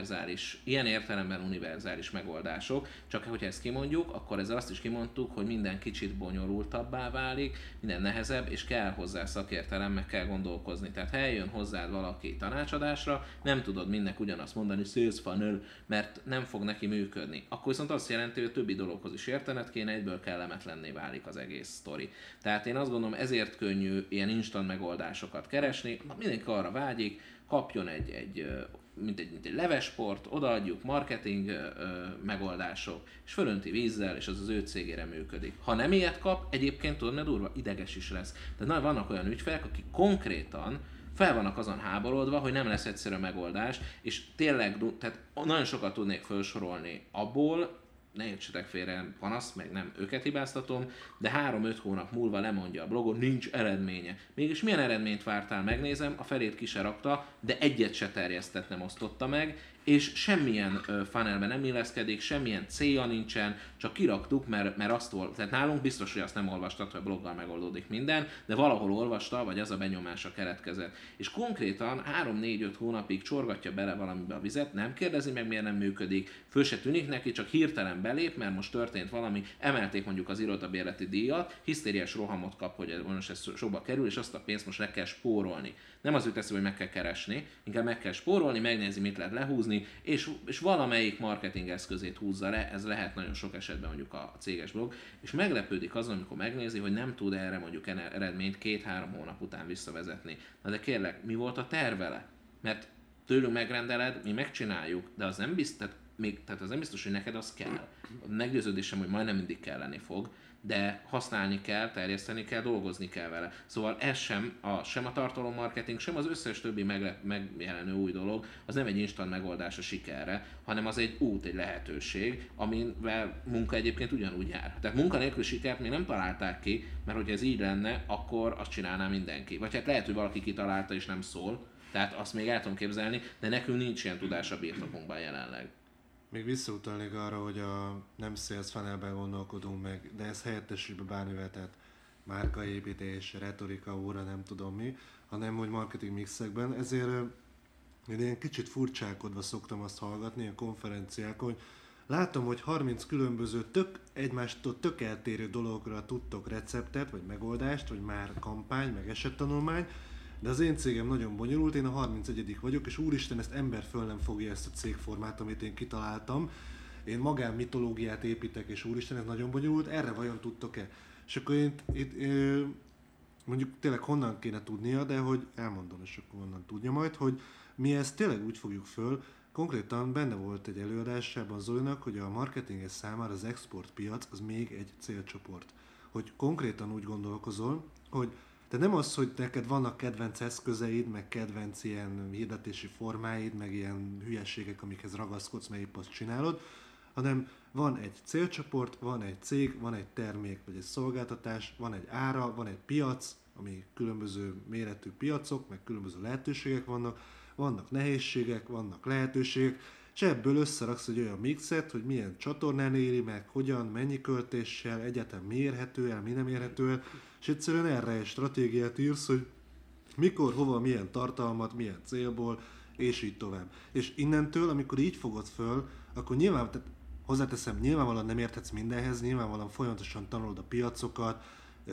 ilyen értelemben univerzális megoldások, csak hogyha ezt kimondjuk, akkor ezzel azt is kimondtuk, hogy minden kicsit bonyolultabbá válik, minden nehezebb, és kell hozzá szakértelem, meg kell gondolkozni. Tehát ha eljön hozzád valaki tanácsadásra, nem tudod mindnek ugyanazt mondani, sales funnel, mert nem fog neki működni. Akkor viszont azt jelenti, hogy a többi dologhoz is értened kéne, egyből kellemetlenné válik az egész sztori. Tehát én azt gondolom, ezért könnyű ilyen instant megoldásokat keresni, mindenki arra vágyik, kapjon egy levesport, odaadjuk, marketing megoldások, és fölönti vízzel, és az ő cégére működik. Ha nem ilyet kap, egyébként tudod, mert durva, ideges is lesz. Tehát vannak olyan ügyfelek, akik konkrétan fel vannak azon háborodva, hogy nem lesz egyszerű megoldás, és tényleg, tehát nagyon sokat tudnék felsorolni abból, ne értsetek félre, panasz, meg nem őket hibáztatom, de 3-5 hónap múlva lemondja a blogon, nincs eredménye. Mégis milyen eredményt vártál, megnézem, a felét ki se rakta, de egyet se terjesztett, nem osztotta meg, és semmilyen funnelben nem illeszkedik, semmilyen célja nincsen, csak kiraktuk, mert azt tehát nálunk biztos, hogy azt nem olvastad, hogy a bloggal megoldódik minden, de valahol olvasta, vagy az a benyomása keletkezett. És konkrétan 3-4-5 hónapig csorgatja bele valamibe a vizet, nem kérdezi meg, miért nem működik, föl se tűnik neki, csak hirtelen belép, mert most történt valami, emelték mondjuk az irodabérleti díjat, hisztériás rohamot kap, hogy most ez sokba kerül, és azt a pénzt most le kell spórolni. Nem az jut eszébe, hogy meg kell keresni, inkább meg kell spórolni, megnézi, mit lehet lehúzni, és valamelyik marketing eszközét húzza le, ez lehet nagyon sok esetben mondjuk a céges blog, és meglepődik azon, amikor megnézi, hogy nem tud erre mondjuk eredményt 2-3 hónap után visszavezetni. Na de kérlek, mi volt a terv vele? Mert tőlünk megrendeled, mi megcsináljuk, de az nem biztos, tehát az nem biztos, hogy neked az kell. Meggyőződésem, hogy majdnem mindig kelleni fog, de használni kell, terjeszteni kell, dolgozni kell vele. Szóval ez sem a tartalommarketing, sem az összes többi megjelenő új dolog, az nem egy instant megoldás a sikerre, hanem az egy út, egy lehetőség, amivel munka egyébként ugyanúgy jár. Tehát munka nélkül sikert még nem találták ki, mert hogyha ez így lenne, akkor azt csinálná mindenki. Vagy hát lehet, hogy valaki kitalálta és nem szól, tehát azt még el tudom képzelni, de nekünk nincs ilyen tudás a birtokunkban jelenleg. Még visszautalnék arra, hogy nem sales funnelben gondolkodunk meg, de ez helyettesít be bármivel, tehát márkaépítés, retorika, óra, nem tudom mi, hanem hogy marketing mixekben. Ezért én ilyen kicsit furcsálkodva szoktam azt hallgatni a konferenciákon, hogy látom, hogy 30 különböző egymástól tök eltérő dologra tudtok receptet, vagy megoldást, vagy már kampány, meg esettanulmány, de az én cégem nagyon bonyolult, én a 31. vagyok, és úristen, ezt ember föl nem fogja, ezt a cégformát, amit én kitaláltam. Én magánmitológiát építek, és úristen, ez nagyon bonyolult, erre vajon tudtok-e? És akkor én mondjuk tényleg honnan kéne tudnia, de hogy elmondom, és akkor honnan tudja majd, hogy mi ezt tényleg úgy fogjuk föl, konkrétan benne volt egy előadásában Zolinak, hogy a marketinges számára az exportpiac az még egy célcsoport. Hogy konkrétan úgy gondolkozol, hogy de nem az, hogy neked vannak kedvenc eszközeid, meg kedvenc ilyen hirdetési formáid, meg ilyen hülyeségek, amikhez ragaszkodsz, mert épp azt csinálod, hanem van egy célcsoport, van egy cég, van egy termék, vagy egy szolgáltatás, van egy ára, van egy piac, ami különböző méretű piacok, meg különböző lehetőségek vannak nehézségek, vannak lehetőségek, és ebből összeraksz egy olyan mixet, hogy milyen csatornán éri meg, hogyan, mennyi költéssel, egyáltalán mi érhető el, mi nem érhető el, és egyszerűen erre egy stratégiát írsz, hogy mikor, hova, milyen tartalmat, milyen célból, és így tovább. És innentől, amikor így fogod föl, akkor nyilván, tehát hozzáteszem, nyilvánvalóan nem érthetsz mindenhez, nyilvánvalóan folyamatosan tanulod a piacokat,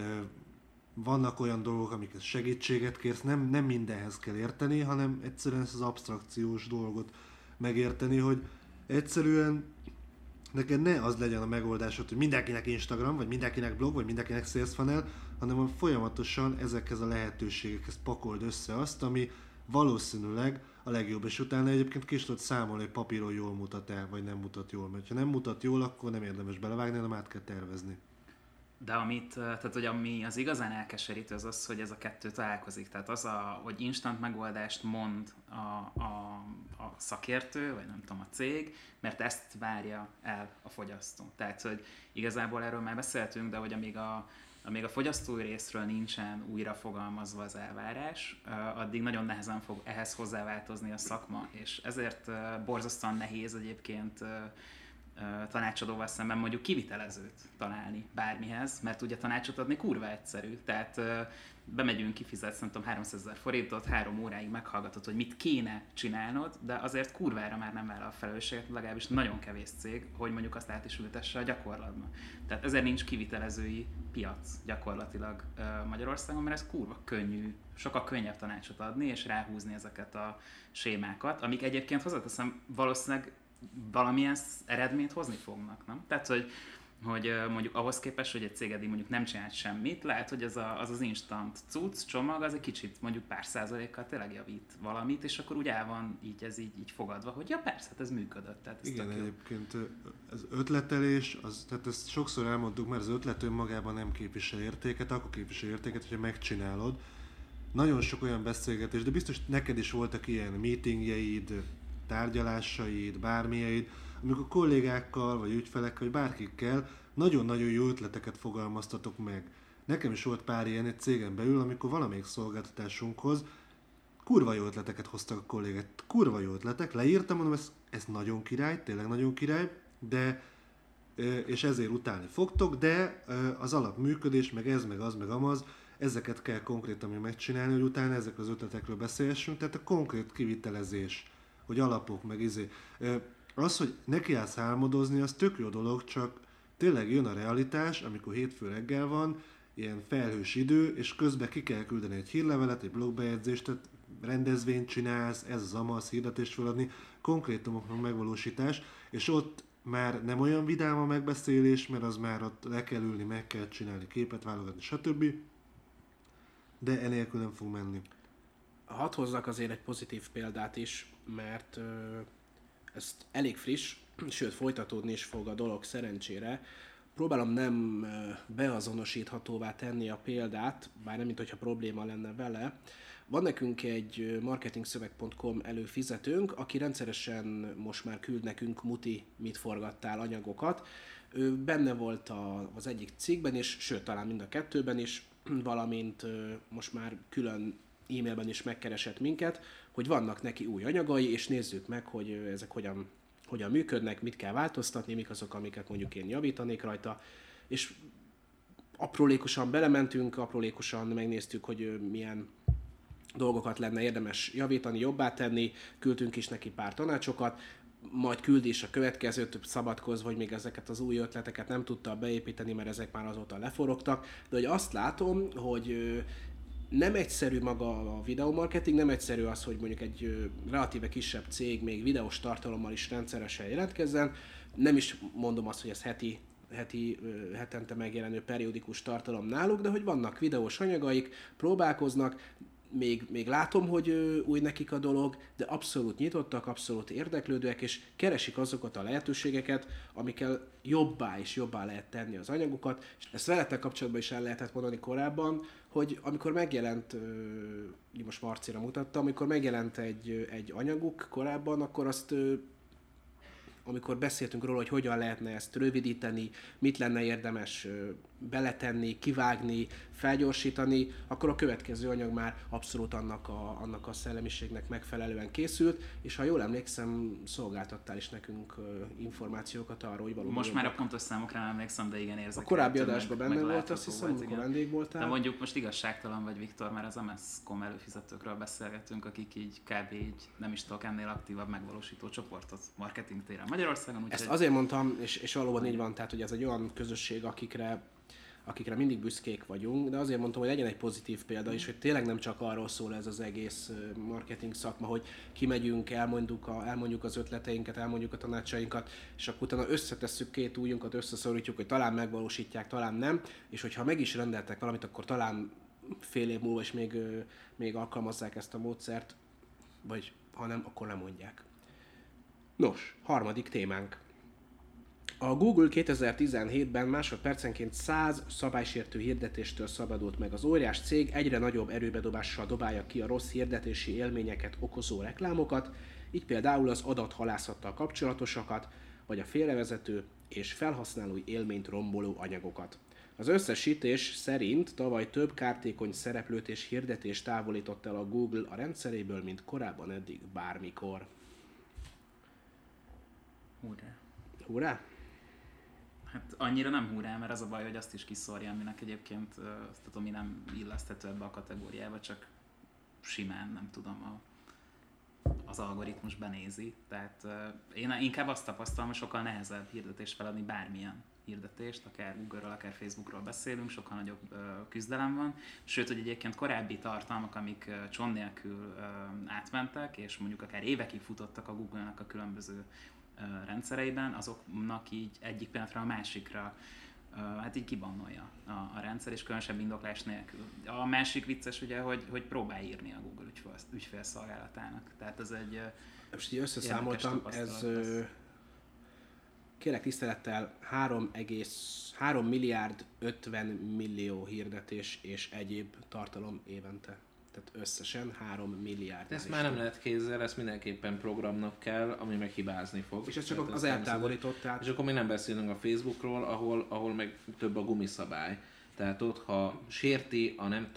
vannak olyan dolgok, amikhez segítséget kérsz, nem mindenhez kell érteni, hanem egyszerűen ezt az absztrakciós dolgot megérteni, hogy egyszerűen neked ne az legyen a megoldásod, hogy mindenkinek Instagram, vagy mindenkinek blog, vagy mindenkinek sales funnel, hanem folyamatosan ezekhez a lehetőségekhez pakold össze azt, ami valószínűleg a legjobb, és utána egyébként ki is tudod számolni, hogy papíron jól mutat el, vagy nem mutat jól, mert ha nem mutat jól, akkor nem érdemes belevágni, hanem át kell tervezni. De tehát, hogy ami az igazán elkeserítő, az az, hogy ez a kettő találkozik. Tehát az, hogy instant megoldást mond a szakértő, vagy nem tudom, a cég, mert ezt várja el a fogyasztó. Tehát, hogy igazából erről már beszéltünk, de hogy amíg a fogyasztói részről nincsen újra fogalmazva az elvárás, addig nagyon nehezen fog ehhez hozzáváltozni a szakma, és ezért borzasztóan nehéz egyébként tanácsadóval szemben mondjuk kivitelezőt találni bármihez, mert ugye tanácsot adni kurva egyszerű, tehát bemegyünk, kifizetsz, nem tudom, 300 000 forintot, 3 óráig meghallgatod, hogy mit kéne csinálnod, de azért kurvára már nem vállal a felelősséget, legalábbis nagyon kevés cég, hogy mondjuk azt át is ültesse a gyakorlatban. Tehát ezért nincs kivitelezői piac gyakorlatilag Magyarországon, mert ez kurva könnyű, sokkal könnyebb tanácsot adni és ráhúzni ezeket a sémákat, amik egyébként hozzáteszem valószínűleg valamilyen eredményt hozni fognak, nem? Tehát, hogy mondjuk ahhoz képest, hogy egy cég eddig mondjuk nem csinált semmit, lehet, hogy az instant cucc, csomag, az egy kicsit mondjuk pár százalékkal tényleg javít valamit, és akkor úgy el van ez így fogadva, hogy ja persze, hát ez működött. Tehát ez igen, egyébként az ötletelés, tehát ezt sokszor elmondtuk, mert az ötlet önmagában nem képvisel értéket, akkor képvisel értéket, hogyha megcsinálod. Nagyon sok olyan beszélgetés, de biztos neked is voltak ilyen meetingjeid, tárgyalásaid, bármilyeid, amikor kollégákkal, vagy ügyfelekkel, vagy bárkikkel nagyon-nagyon jó ötleteket fogalmaztatok meg. Nekem is volt pár ilyen egy cégen belül, amikor valamelyik szolgáltatásunkhoz kurva jó ötleteket hoztak a kollégák, kurva jó ötletek, leírtam, mondom, ez nagyon király, tényleg nagyon király, de és ezért utálni fogtok, de az alapműködés, meg ez, meg az, meg amaz, ezeket kell konkrétan még megcsinálni, hogy utána ezek az ötletekről beszélhessünk, tehát a konkrét kivitelezés, hogy alapok, meg az, hogy nekiállsz álmodozni, az tök jó dolog, csak tényleg jön a realitás, amikor hétfő reggel van, ilyen felhős idő, és közben ki kell küldeni egy hírlevelet, egy blogbejegyzést, tehát rendezvényt csinálsz, ez az amaz, hirdetést feladni, konkrétumoknak megvalósítás, és ott már nem olyan vidám a megbeszélés, mert az már ott le kell ülni, meg kell csinálni, képet válogatni, stb. De enélkül nem fog menni. Hadd hozzak azért egy pozitív példát is, mert ez elég friss, sőt folytatódni is fog a dolog szerencsére. Próbálom nem beazonosíthatóvá tenni a példát, bár nem, mintha probléma lenne vele. Van nekünk egy marketingszöveg.com előfizetőnk, aki rendszeresen most már küld nekünk muti, mit forgattál anyagokat. Ő benne volt az egyik cikkben is, sőt talán mind a kettőben is, valamint most már külön e-mailben is megkeresett minket, hogy vannak neki új anyagai, és nézzük meg, hogy ezek hogyan működnek, mit kell változtatni, mik azok, amiket mondjuk én javítanék rajta, és aprólékosan belementünk, aprólékosan megnéztük, hogy milyen dolgokat lenne érdemes javítani, jobbá tenni, küldtünk is neki pár tanácsokat, majd küldi is a következőt, szabadkozva, hogy még ezeket az új ötleteket nem tudta beépíteni, mert ezek már azóta leforogtak, de hogy azt látom, hogy nem egyszerű maga a videomarketing, nem egyszerű az, hogy mondjuk egy relatíve kisebb cég még videós tartalommal is rendszeresen jelentkezzen, nem is mondom azt, hogy ez hetente megjelenő periódikus tartalom náluk, de hogy vannak videós anyagaik, próbálkoznak, még látom, hogy új nekik a dolog, de abszolút nyitottak, abszolút érdeklődőek, és keresik azokat a lehetőségeket, amikkel jobbá és jobbá lehet tenni az anyagokat. És ezt veletek kapcsolatban is el lehetett mondani korábban, hogy amikor megjelent, most Marcira mutattam, amikor megjelent egy anyaguk korábban, akkor azt amikor beszéltünk róla, hogy hogyan lehetne ezt rövidíteni, mit lenne érdemes beletenni, kivágni, felgyorsítani, akkor a következő anyag már abszolút annak a szellemiségnek megfelelően készült, és ha jól emlékszem, szolgáltattál is nekünk információkat arról, hogy valóban... Most már a pontos számokra nem emlékszem, de igen érzek. A korábbi adásban benne volt, azt hiszem, amikor vendég voltál. De mondjuk most igazságtalan vagy, Viktor, mert az MS.com előfizetőkről beszélgetünk, akik így kb. Így nem is tudok ennél aktívabb megvalósító csoportot marketing téren Magyarországon. Ezt azért mondtam, és valóban így van, tehát hogy ez egy olyan közösség, akikre mindig büszkék vagyunk, de azért mondtam, hogy legyen egy pozitív példa is, hogy tényleg nem csak arról szól ez az egész marketing szakma, hogy kimegyünk, elmondjuk az ötleteinket, elmondjuk a tanácsainkat, és akkor utána összetesszük két ujjunkat, összeszorítjuk, hogy talán megvalósítják, talán nem, és hogyha meg is rendeltek valamit, akkor talán fél év múlva is még alkalmazzák ezt a módszert, vagy ha nem, akkor nem mondják. Nos, harmadik témánk. A Google 2017-ben másodpercenként 100 szabálysértő hirdetéstől szabadult meg. Az óriás cég egyre nagyobb erőbedobással dobálja ki a rossz hirdetési élményeket okozó reklámokat, így például az adathalászattal kapcsolatosakat, vagy a félrevezető és felhasználói élményt romboló anyagokat. Az összesítés szerint tavaly több kártékony szereplőt és hirdetést távolított el a Google a rendszeréből, mint korábban eddig bármikor. Hurrá! Hurrá? Hát annyira nem hurrá, mert az a baj, hogy azt is kiszórja, aminek egyébként azt tudom, hogy nem illeszthető ebbe a kategóriába, csak simán, nem tudom, az algoritmus benézi. Tehát én inkább azt tapasztalom, hogy sokkal nehezebb hirdetést feladni, bármilyen hirdetést, akár Google-ről, akár Facebookról beszélünk, sokkal nagyobb küzdelem van. Sőt, hogy egyébként korábbi tartalmak, amik csont nélkül átmentek, és mondjuk akár évekig futottak a Google-nak a különböző rendszereiben, azoknak így egyik pillanatra a másikra hát így kibannolja a rendszer, és különösebb indoklás nélkül. A másik vicces ugye, hogy próbál írni a Google ügyfélszolgálatának. Tehát ez egy most így összeszámoltam, ez kérlek tisztelettel 3 milliárd 50 millió hirdetés és egyéb tartalom évente. Tehát összesen 3 milliárd. Ezt már nem lehet kézzel, ezt mindenképpen programnak kell, ami meg hibázni fog. És ez csak az eltávolított. És akkor még nem beszélünk a Facebookról, ahol meg több a gumiszabály. Tehát ott, ha sérti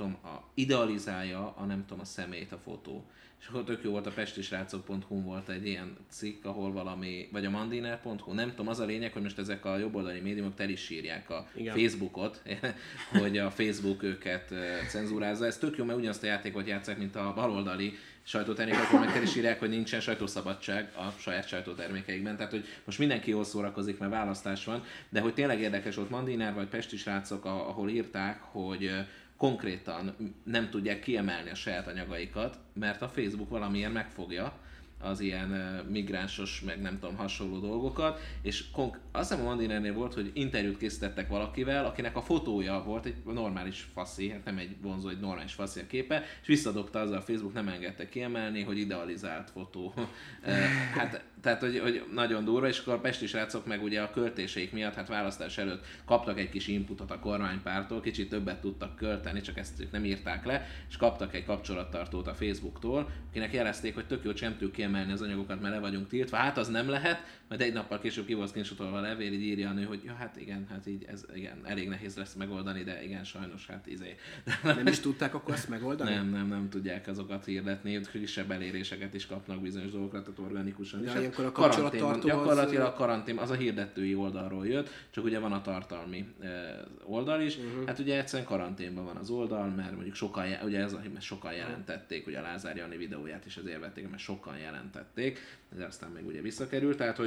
idealizálja a személyt a fotó. És akkor tök jó volt, a pestisrácok.hu volt egy ilyen cikk, ahol valami, vagy a mandiner.hu, nem tudom, az a lényeg, hogy most ezek a jobboldali médiumok tel is írják a Facebookot, hogy a Facebook őket cenzúrázza. Ez tök jó, mert ugyanazt a játékot játsszák, mint a baloldali sajtótermékek, akkor meg tel is írják, hogy nincsen sajtószabadság a saját sajtótermékeikben. Tehát, hogy most mindenki jól szórakozik, mert választás van, de hogy tényleg érdekes volt Mandiner vagy pestisrácok, ahol írták, hogy konkrétan nem tudják kiemelni a saját anyagaikat, mert a Facebook valamiért megfogja az ilyen migránsos, meg nem tudom, hasonló dolgokat, és azt hiszem a Mandinernél volt, hogy interjút készítettek valakivel, akinek a fotója volt egy normális faszi, hát nem egy vonzó, egy normális faszi a képe, és visszadobta azzal a Facebook, nem engedte kiemelni, hogy idealizált fotó. Hát, tehát, hogy nagyon durva, és akkor a pestisrácok meg ugye a költéseik miatt, hát választás előtt kaptak egy kis inputot a kormánypártól, kicsit többet tudtak költeni, csak ezt ők nem írták le, és kaptak egy kapcsolattartót a Facebooktól, akinek jelezték, hogy tök jó, sem tudjuk kiemelni az anyagokat, mert le vagyunk tiltva. Hát az nem lehet, majd egy nappal később ki volt screenshotolva a levél, így írja a nő, hogy ja, hát igen, hát így ez igen, elég nehéz lesz megoldani, de igen, sajnos, hát Nem is tudták akkor ezt megoldani? Nem tudják azokat hirdetni, kisebb eléréseket is kapnak bizonyos dolgokra, tehát organikusan. Ja, és ilyenkor a kapcsolattartó gyakorlatilag a karantén, az a hirdetői oldalról jött, csak ugye van a tartalmi oldal is. Hát ugye egyszerűen karanténban van az oldal, mert mondjuk sokan jelentették, ugye a Lázár Jani videóját is azért vették, mert sokan jelentették, de aztán meg ugye visszakerült, tehát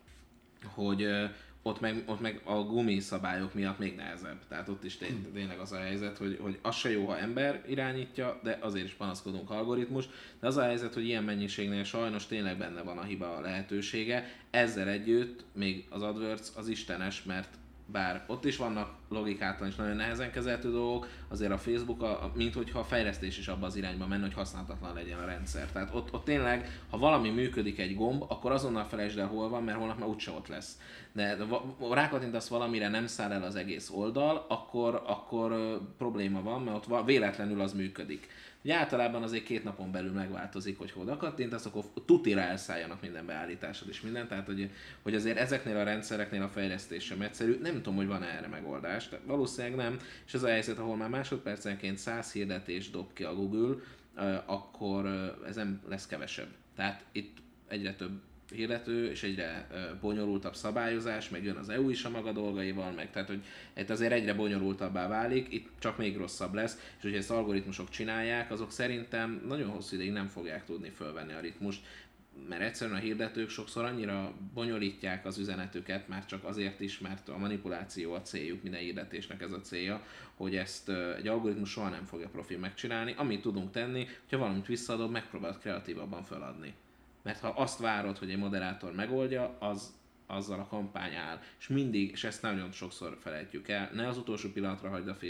hogy ott meg a gumiszabályok miatt még nehezebb. Tehát ott is tényleg az a helyzet, hogy az se jó, ha ember irányítja, de azért is panaszkodunk algoritmus. De az a helyzet, hogy ilyen mennyiségnél sajnos tényleg benne van a hiba lehetősége. Ezzel együtt még az AdWords az istenes, mert bár ott is vannak logikátlan és nagyon nehezen kezelhető dolgok, azért a Facebook, minthogyha a fejlesztés is abba az irányba menne, hogy használhatatlan legyen a rendszer. Tehát ott tényleg, ha valami működik egy gomb, akkor azonnal felejtsd el, hol van, mert holnap már úgyse ott lesz. De rákattintasz valamire, nem száll el az egész oldal, akkor probléma van, mert ott véletlenül az működik. Ugye általában azért 2 napon belül megváltozik, hogy hol kattintasz, akkor tutira elszálljanak minden beállításod és minden, tehát hogy azért ezeknél a rendszereknél a fejlesztés sem egyszerű, nem tudom, hogy van erre megoldás, tehát valószínűleg nem, és ez a helyzet, ahol már másodpercenként 100 hirdetést dob ki a Google, akkor ez nem lesz kevesebb. Tehát itt egyre több hirdető és egyre bonyolultabb szabályozás, meg jön az EU is a maga dolgaival, meg tehát, hogy itt azért egyre bonyolultabbá válik, itt csak még rosszabb lesz, és hogyha ezt algoritmusok csinálják, azok szerintem nagyon hosszú ideig nem fogják tudni fölvenni a ritmust, mert egyszerűen a hirdetők sokszor annyira bonyolítják az üzenetüket, már csak azért is, mert a manipuláció a céljuk, minden hirdetésnek ez a célja, hogy ezt egy algoritmus soha nem fogja profi megcsinálni. Amit tudunk tenni, hogyha valamit visszaadod, megpróbálod kreatívabban feladni. Mert ha azt várod, hogy egy moderátor megoldja, azzal a kampány áll. És mindig, és ezt nagyon sokszor felejtjük el, ne az utolsó pillanatra hagyd a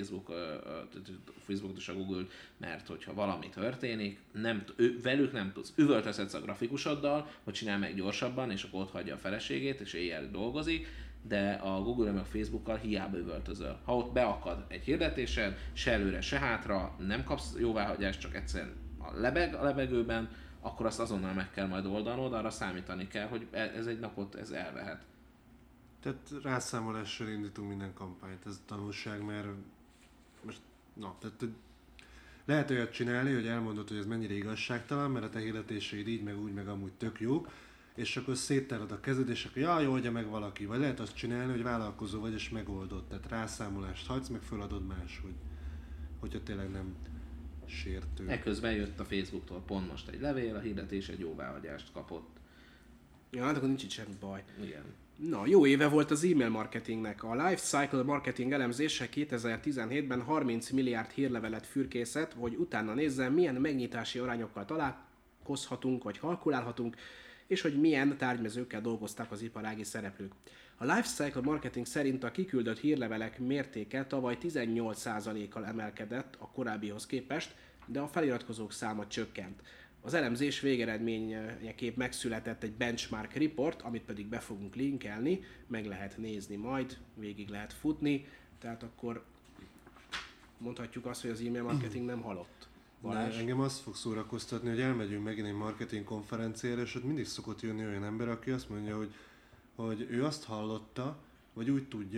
Facebookot és a Google, mert hogyha valami történik, velük nem tudsz. Üvöltözhetsz a grafikusoddal, hogy csinál meg gyorsabban, és akkor ott hagyja a feleségét, és éjjel dolgozik, de a Google meg a Facebookkal hiába üvöltözöl. Ha ott beakad egy hirdetésed, se előre, se hátra, nem kapsz jóváhagyást, csak egyszerűen lebeg a levegőben, akkor azt azonnal meg kell majd oldanod, arra számítani kell, hogy ez egy napot ez elvehet. Tehát rászámolással indítunk minden kampányt, ez tanulság, mert most, tehát lehet olyat csinálni, hogy elmondod, hogy ez mennyire igazságtalan, mert a te hirdetéseid így, meg úgy, meg amúgy tök jók, és akkor széttárod a kezed, és akkor jaj, oldja meg valaki. Vagy lehet azt csinálni, hogy vállalkozó vagy, és megoldod, tehát rászámolást hagysz, meg föladod máshogy, hogyha tényleg nem sértő. Ekközben jött a Facebooktól pont most egy levél, a hirdetés egy jóváhagyást kapott. Ja, hát akkor nincs itt semmi baj. Igen. Na, jó éve volt az e-mail marketingnek. A Life Cycle Marketing elemzése 2017-ben 30 milliárd hírlevelet fürkészett, hogy utána nézzem, milyen megnyitási arányokkal találkozhatunk, vagy kalkulálhatunk, és hogy milyen tárgymezőkkel dolgoztak az iparági szereplők. A Life Cycle Marketing szerint a kiküldött hírlevelek mértéke tavaly 18%-kal emelkedett a korábbihoz képest, de a feliratkozók száma csökkent. Az elemzés végeredményeképp megszületett egy benchmark report, amit pedig be fogunk linkelni, meg lehet nézni majd, végig lehet futni, tehát akkor mondhatjuk azt, hogy az e-mail marketing nem halott. Balázs? Engem azt fog szórakoztatni, hogy elmegyünk megint egy marketing konferenciára, és ott mindig szokott jönni olyan ember, aki azt mondja, hogy ő azt hallotta, vagy úgy tudja,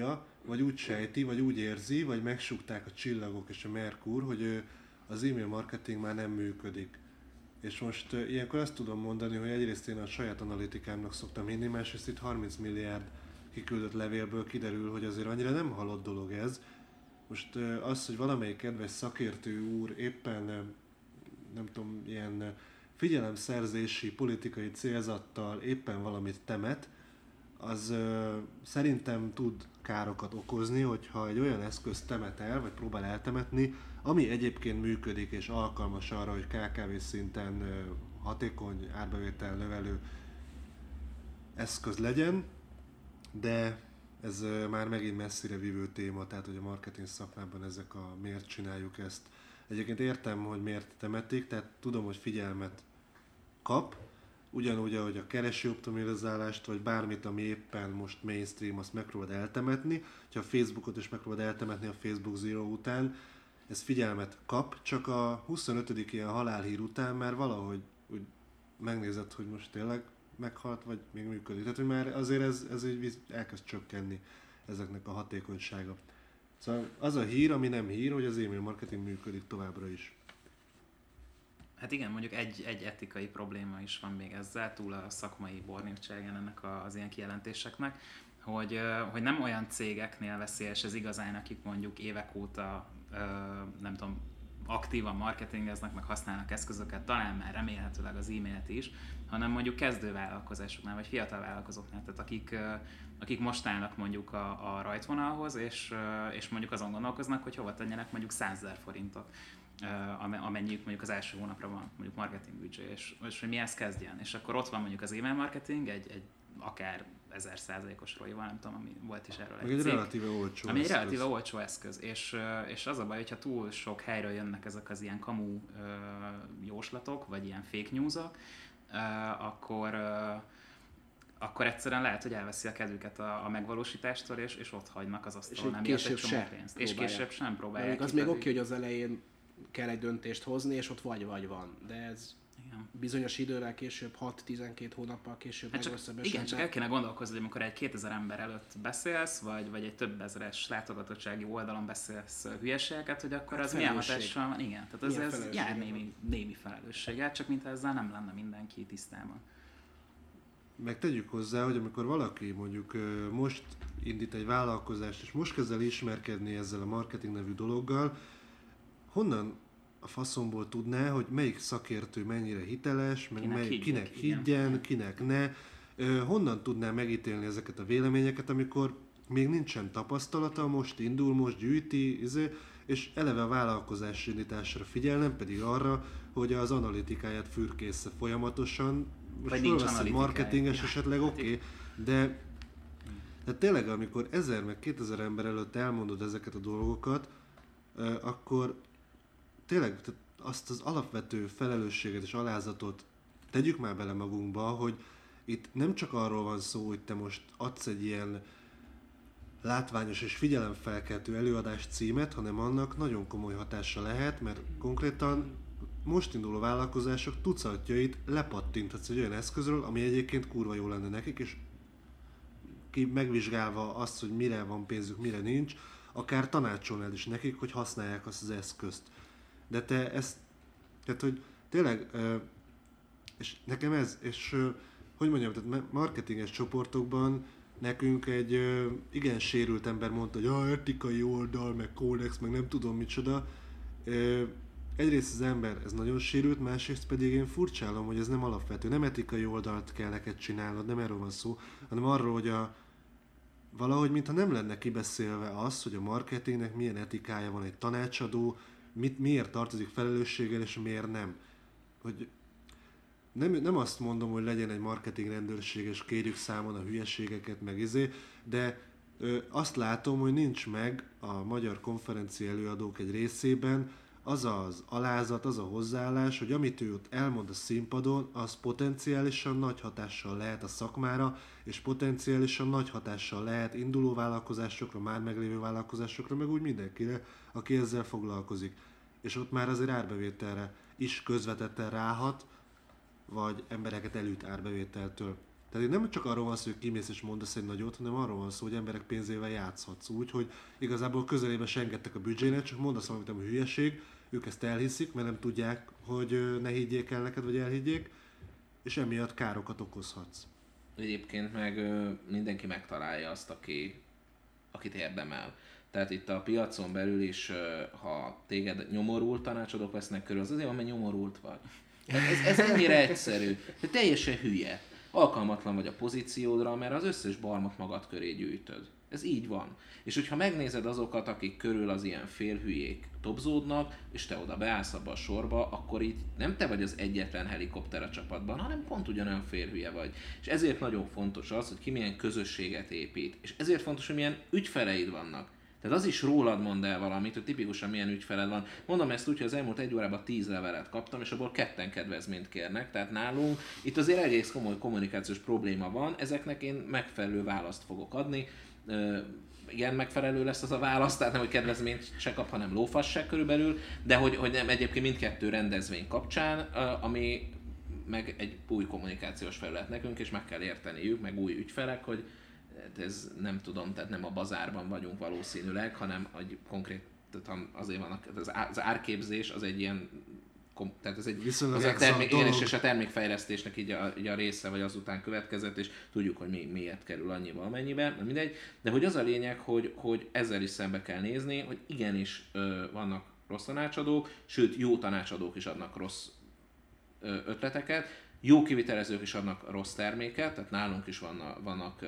vagy úgy sejti, vagy úgy érzi, vagy megsúgták a csillagok és a Merkur, hogy az e-mail marketing már nem működik. És most ilyenkor azt tudom mondani, hogy egyrészt én a saját analitikámnak szoktam hinni, másrészt itt 30 milliárd kiküldött levélből kiderül, hogy azért annyira nem halott dolog ez. Most az, hogy valamelyik kedves szakértő úr éppen, nem tudom, ilyen figyelemszerzési, politikai célzattal éppen valamit temet, az szerintem tud károkat okozni, hogyha egy olyan eszközt temet el, vagy próbál eltemetni, ami egyébként működik és alkalmas arra, hogy KKV szinten hatékony árbevétel növelő eszköz legyen, de ez már megint messzire vívő téma, tehát hogy a marketing szakmában ezek a miért csináljuk ezt. Egyébként értem, hogy miért temetik, tehát tudom, hogy figyelmet kap, ugyanúgy, ahogy a keresőoptimalizálást, vagy bármit, ami éppen most mainstream, azt megpróbáld eltemetni. Ha a Facebookot is megpróbáld eltemetni a Facebook Zero után, ez figyelmet kap, csak a 25. ilyen halálhír után már valahogy úgy megnézed, hogy most tényleg meghalt, vagy még működik. Tehát, hogy már azért ez így elkezd csökkenni ezeknek a hatékonysága. Szóval az a hír, ami nem hír, hogy az e-mail marketing működik továbbra is. Hát igen, mondjuk egy etikai probléma is van még ezzel, túl a szakmai bornírtságán ennek az ilyen kijelentéseknek, hogy nem olyan cégeknél veszélyes ez igazán, akik mondjuk évek óta, nem tudom, aktívan marketingeznek, meg használnak eszközöket, talán már remélhetőleg az e-mailt is, hanem mondjuk kezdővállalkozásoknál, vagy fiatal vállalkozóknál, tehát akik most állnak mondjuk a rajtvonalhoz, és mondjuk azon gondolkoznak, hogy hova tegyenek mondjuk 100 000 forintot, amennyiük mondjuk az első hónapra van mondjuk marketing büdzsé, és hogy mihez kezdjen. És akkor ott van mondjuk az email marketing, egy akár 1000%-os ROI-val, nem tudom, ami volt is erről egy cég. Relatíve olcsó ami eszköz. egy relatíve olcsó eszköz. És az a baj, hogyha túl sok helyről jönnek ezek az ilyen kamu jóslatok, vagy ilyen fake newsok, akkor egyszerűen lehet, hogy elveszi a kedvüket a megvalósítástól, és ott hagynak az asztalon, amiatt egy csomó pénzt. És később sem próbálják. Az még oké, hogy az elején kell egy döntést hozni, és ott vagy van. De ez bizonyos idővel később, 6-12 hónappal később megrosszabb esetben. Igen, csak el kéne gondolkozni, hogy amikor egy 2000 ember előtt beszélsz, vagy egy több ezeres látogatottsági oldalon beszélsz hülyeségeket, hogy akkor az milyen hatással van. Igen, tehát ez jár némi felelősséggel, csak mint ezzel nem lenne mindenki tisztában. Meg tegyük hozzá, hogy amikor valaki mondjuk most indít egy vállalkozást, és most kezd el ismerkedni ezzel a marketing nevű dologgal, honnan a faszomból tudná, hogy melyik szakértő mennyire hiteles, meg kinek higgyen, kinek ne, honnan tudná megítélni ezeket a véleményeket, amikor még nincsen tapasztalata, most indul, most gyűjti, és eleve a vállalkozás indításra figyel, nem pedig arra, hogy az analitikáját fürkészze folyamatosan. Most fölvesz egy marketinges esetleg oké, de tényleg amikor 1000 meg 2000 ember előtt elmondod ezeket a dolgokat, akkor tényleg azt az alapvető felelősséget és alázatot tegyük már bele magunkba, hogy itt nem csak arról van szó, hogy te most adsz egy ilyen látványos és figyelemfelkeltő előadás címet, hanem annak nagyon komoly hatása lehet, mert konkrétan most induló vállalkozások tucatjait lepattinthatsz egy olyan eszközről, ami egyébként kurva jó lenne nekik, és megvizsgálva azt, hogy mire van pénzük, mire nincs, akár tanácsolnád is nekik, hogy használják azt az eszközt. De te ezt, tehát hogy tényleg, és nekem ez, és hogy mondjam, tehát marketinges csoportokban nekünk egy igen sérült ember mondta, hogy etikai oldal, meg kódex, meg nem tudom micsoda. Egyrészt az ember ez nagyon sérült, másrészt pedig én furcsálom, hogy ez nem alapvető, nem etikai oldalt kell neked csinálnod, nem erről van szó, hanem arról, hogy valahogy mintha nem lenne kibeszélve az, hogy a marketingnek milyen etikája van, egy tanácsadó, miért tartozik felelősséggel és miért nem. Hogy nem azt mondom, hogy legyen egy marketing rendőrség és kérjük számon a hülyeségeket meg de azt látom, hogy nincs meg a magyar konferencia előadók egy részében az az alázat, az a hozzáállás, hogy amit ő ott elmond a színpadon, az potenciálisan nagy hatással lehet a szakmára, és potenciálisan nagy hatással lehet induló vállalkozásokra, már meglévő vállalkozásokra, meg úgy mindenkire, aki ezzel foglalkozik. És ott már azért árbevételre is közvetetten ráhat, vagy embereket elüt árbevételtől. Tehát nem csak arról van szó, hogy kimész és mondasz egy nagyot, hanem arról van szó, hogy emberek pénzével játszhatsz úgy, hogy igazából közelébe se engedtek a büdzsének, csak mondasz valamit, ami hülyeség, ők ezt elhiszik, mert nem tudják, hogy ne higgyék el neked, vagy elhiggyék, és emiatt károkat okozhatsz. Egyébként meg mindenki megtalálja azt, akit érdemel. Tehát itt a piacon belül is, ha téged nyomorult tanácsadók vesznek körül, az azért van, mert nyomorult vagy. Ez ennyire egyszerű, de teljesen hülye. Alkalmatlan vagy a pozíciódra, mert az összes barmot magad köré gyűjtöd. Ez így van. És hogyha megnézed azokat, akik körül az ilyen félhülyék tobzódnak, és te oda beállsz abba a sorba, akkor így nem te vagy az egyetlen helikopter a csapatban, hanem pont ugyanolyan félhülye vagy. És ezért nagyon fontos az, hogy ki milyen közösséget épít. És ezért fontos, hogy milyen ügyfeleid vannak. Tehát az is rólad mond el valamit, hogy tipikusan milyen ügyfeled van. Mondom ezt úgy, hogy az elmúlt 1 órában 10 levelet kaptam, és abból 2 kedvezményt kérnek. Tehát nálunk itt azért egész komoly kommunikációs probléma van, ezeknek én megfelelő választ fogok adni. Igen, megfelelő lesz az a válasz, tehát nem, hogy kedvezményt se kap, hanem lófasság körülbelül, de hogy nem, egyébként mindkettő rendezvény kapcsán, ami meg egy új kommunikációs felület nekünk, és meg kell érteniük, meg új ügyfelek, hogy ez nem tudom, tehát nem a bazárban vagyunk valószínűleg, hanem hogy konkrét, tehát azért vannak, az árképzés az egy ilyen, tehát ez egy az a és a termékfejlesztésnek így a része, vagy azután következett, és tudjuk, hogy miért kerül annyiba, amennyibe, mindegy. De hogy az a lényeg, hogy ezzel is szembe kell nézni, hogy igenis vannak rossz tanácsadók, sőt jó tanácsadók is adnak rossz ötleteket, jó kivitelezők is adnak rossz terméket, tehát nálunk is vannak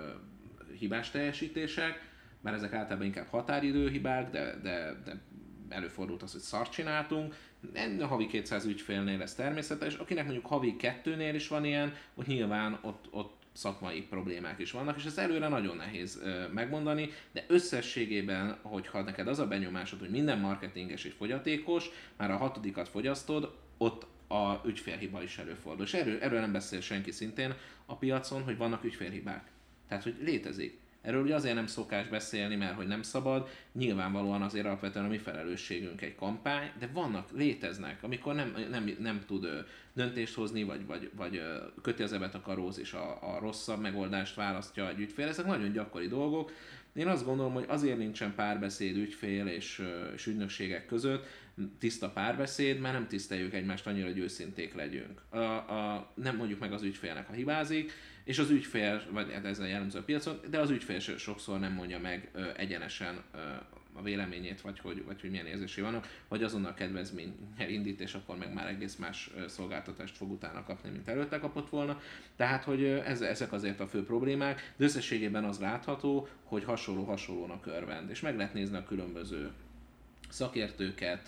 hibás teljesítések, mert ezek általában inkább határidőhibák, de előfordult az, hogy szart csináltunk. Havi 200 ügyfélnél ez természetes, akinek mondjuk havi 2-nél is van ilyen, hogy nyilván ott szakmai problémák is vannak, és ezt előre nagyon nehéz megmondani, de összességében, hogyha neked az a benyomásod, hogy minden marketinges és fogyatékos, már a 6-at fogyasztod, ott a ügyfélhiba is előfordul. És erről nem beszél senki szintén a piacon, hogy vannak ügyfélhibák. Tehát, hogy létezik. Erről ugye azért nem szokás beszélni, mert hogy nem szabad. Nyilvánvalóan azért alapvetően a mi felelősségünk egy kampány, de léteznek, amikor nem tud döntést hozni, vagy köti az ebet a karóz, és a rosszabb megoldást választja egy ügyfél. Ezek nagyon gyakori dolgok. Én azt gondolom, hogy azért nincsen párbeszéd ügyfél és ügynökségek között, tiszta párbeszéd, mert nem tiszteljük egymást annyira, hogy őszinték legyünk. Nem mondjuk meg az ügyfélnek, ha hibázik, és az ügyfél, vagy ezzel jellemző a piacon, de az ügyfél sokszor nem mondja meg egyenesen a véleményét, vagy hogy milyen érzései vannak, vagy azonnal kedvezménnyel indít, és akkor meg már egész más szolgáltatást fog utána kapni, mint előtte kapott volna. Tehát, hogy ezek azért a fő problémák, de összességében az látható, hogy hasonlónak örvend, és meg lehet nézni a különböző szakértőket,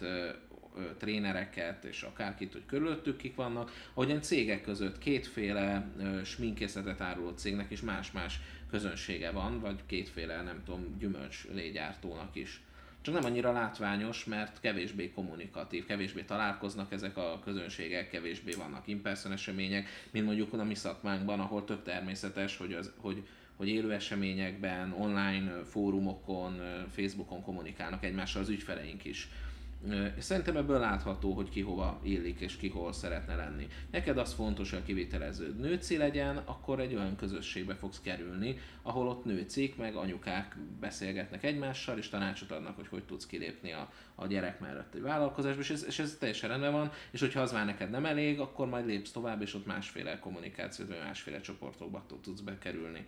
trénereket és akárkit, hogy körülöttük kik vannak, ahogyan cégek között kétféle sminkészetet áruló cégnek is más-más közönsége van, vagy kétféle, nem tudom, gyümölcslégyártónak is. Csak nem annyira látványos, mert kevésbé kommunikatív, kevésbé találkoznak ezek a közönségek, kevésbé vannak in-person események, mint mondjuk a mi szakmánkban, ahol tök természetes, hogy élő eseményekben, online fórumokon, Facebookon kommunikálnak egymással az ügyfeleink is. És szerintem ebből látható, hogy ki hova illik és ki hol szeretne lenni. Neked az fontos, hogy a kiviteleződ nőci legyen, akkor egy olyan közösségbe fogsz kerülni, ahol ott nőcik, meg anyukák beszélgetnek egymással, és tanácsot adnak, hogy tudsz kilépni a gyerek mellett egy vállalkozásba, és ez teljesen rendben van, és hogyha az már neked nem elég, akkor majd lépsz tovább, és ott másféle kommunikációt, vagy másféle csoportokba tudsz bekerülni.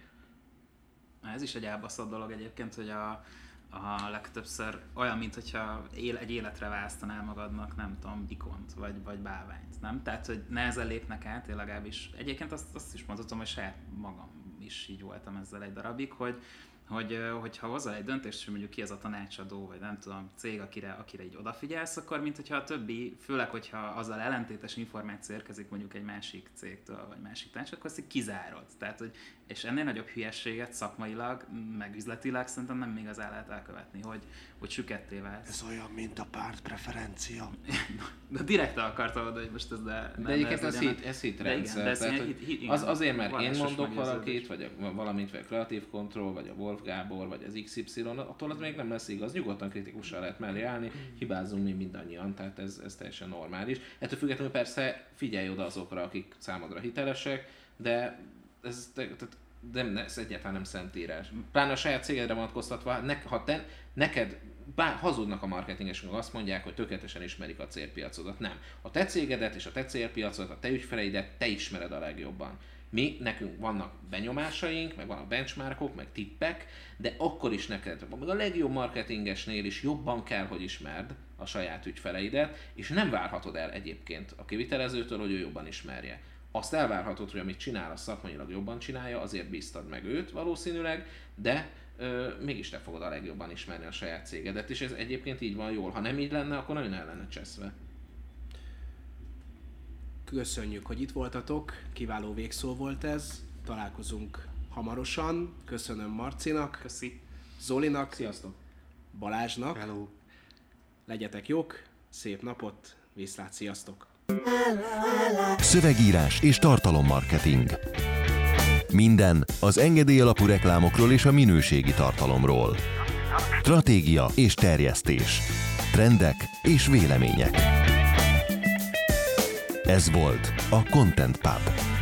Ez is egy elbaszott dolog egyébként, hogy a legtöbbször olyan, mintha egy életre választanál magadnak, nem tudom, ikont, vagy bálványt, nem? Tehát, hogy nehezen lépnek át, én legalábbis. Egyébként azt is mondhatom, hogy saját magam is így voltam ezzel egy darabig, hogyha hozol egy döntést, hogy mondjuk ki az a tanácsadó, vagy nem tudom, cég, akire így odafigyelsz, akkor mintha a többi, főleg, hogyha azzal ellentétes információ érkezik mondjuk egy másik cégtől, vagy másik tanácsadó, akkor azt kizárod. Tehát, és ennél nagyobb hülyességet szakmailag, meg üzletileg szerintem nem igazán lehet elkövetni, hogy süketté válsz. Ez olyan, mint a pártpreferencia. De direkt akartam oda, hogy most ez de egyébként ez hitrendszer. Azért, mert én mondok valakit, vagy valamit, vagy a Creative Control, vagy a Wolf Gábor, vagy az XY, attól az még nem lesz igaz. Nyugodtan kritikussal lehet mellé állni, hibázunk mi mindannyian, tehát ez teljesen normális. Ettől függetlenül persze figyelj oda azokra, akik számodra hitelesek, de ez egyáltalán nem szentírás. Pláne a saját cégedre vonatkoztatva, neked hazudnak a marketingesek, azt mondják, hogy tökéletesen ismerik a célpiacodat. Nem. A te cégedet és a te célpiacodat, a te ügyfeleidet te ismered a legjobban. Nekünk vannak benyomásaink, meg vannak benchmarkok, meg tippek, de akkor is neked, meg a legjobb marketingesnél is jobban kell, hogy ismerd a saját ügyfeleidet, és nem várhatod el egyébként a kivitelezőtől, hogy ő jobban ismerje. Azt elvárhatod, hogy amit csinál, az szakmailag jobban csinálja, azért bíztad meg őt valószínűleg, de mégis te fogod a legjobban ismerni a saját cégedet, és ez egyébként így van jól. Ha nem így lenne, akkor nagyon el lenne cseszve. Köszönjük, hogy itt voltatok, kiváló végszó volt ez, találkozunk hamarosan, köszönöm Marcinak, Köszi. Zolinak, Sziasztok! Balázsnak, Hello. legyetek jók, szép napot, viszlát, sziasztok! Szövegírás és tartalommarketing. Minden az engedély alapú reklámokról és a minőségi tartalomról. Stratégia és terjesztés. Trendek és vélemények. Ez volt a Content Pub.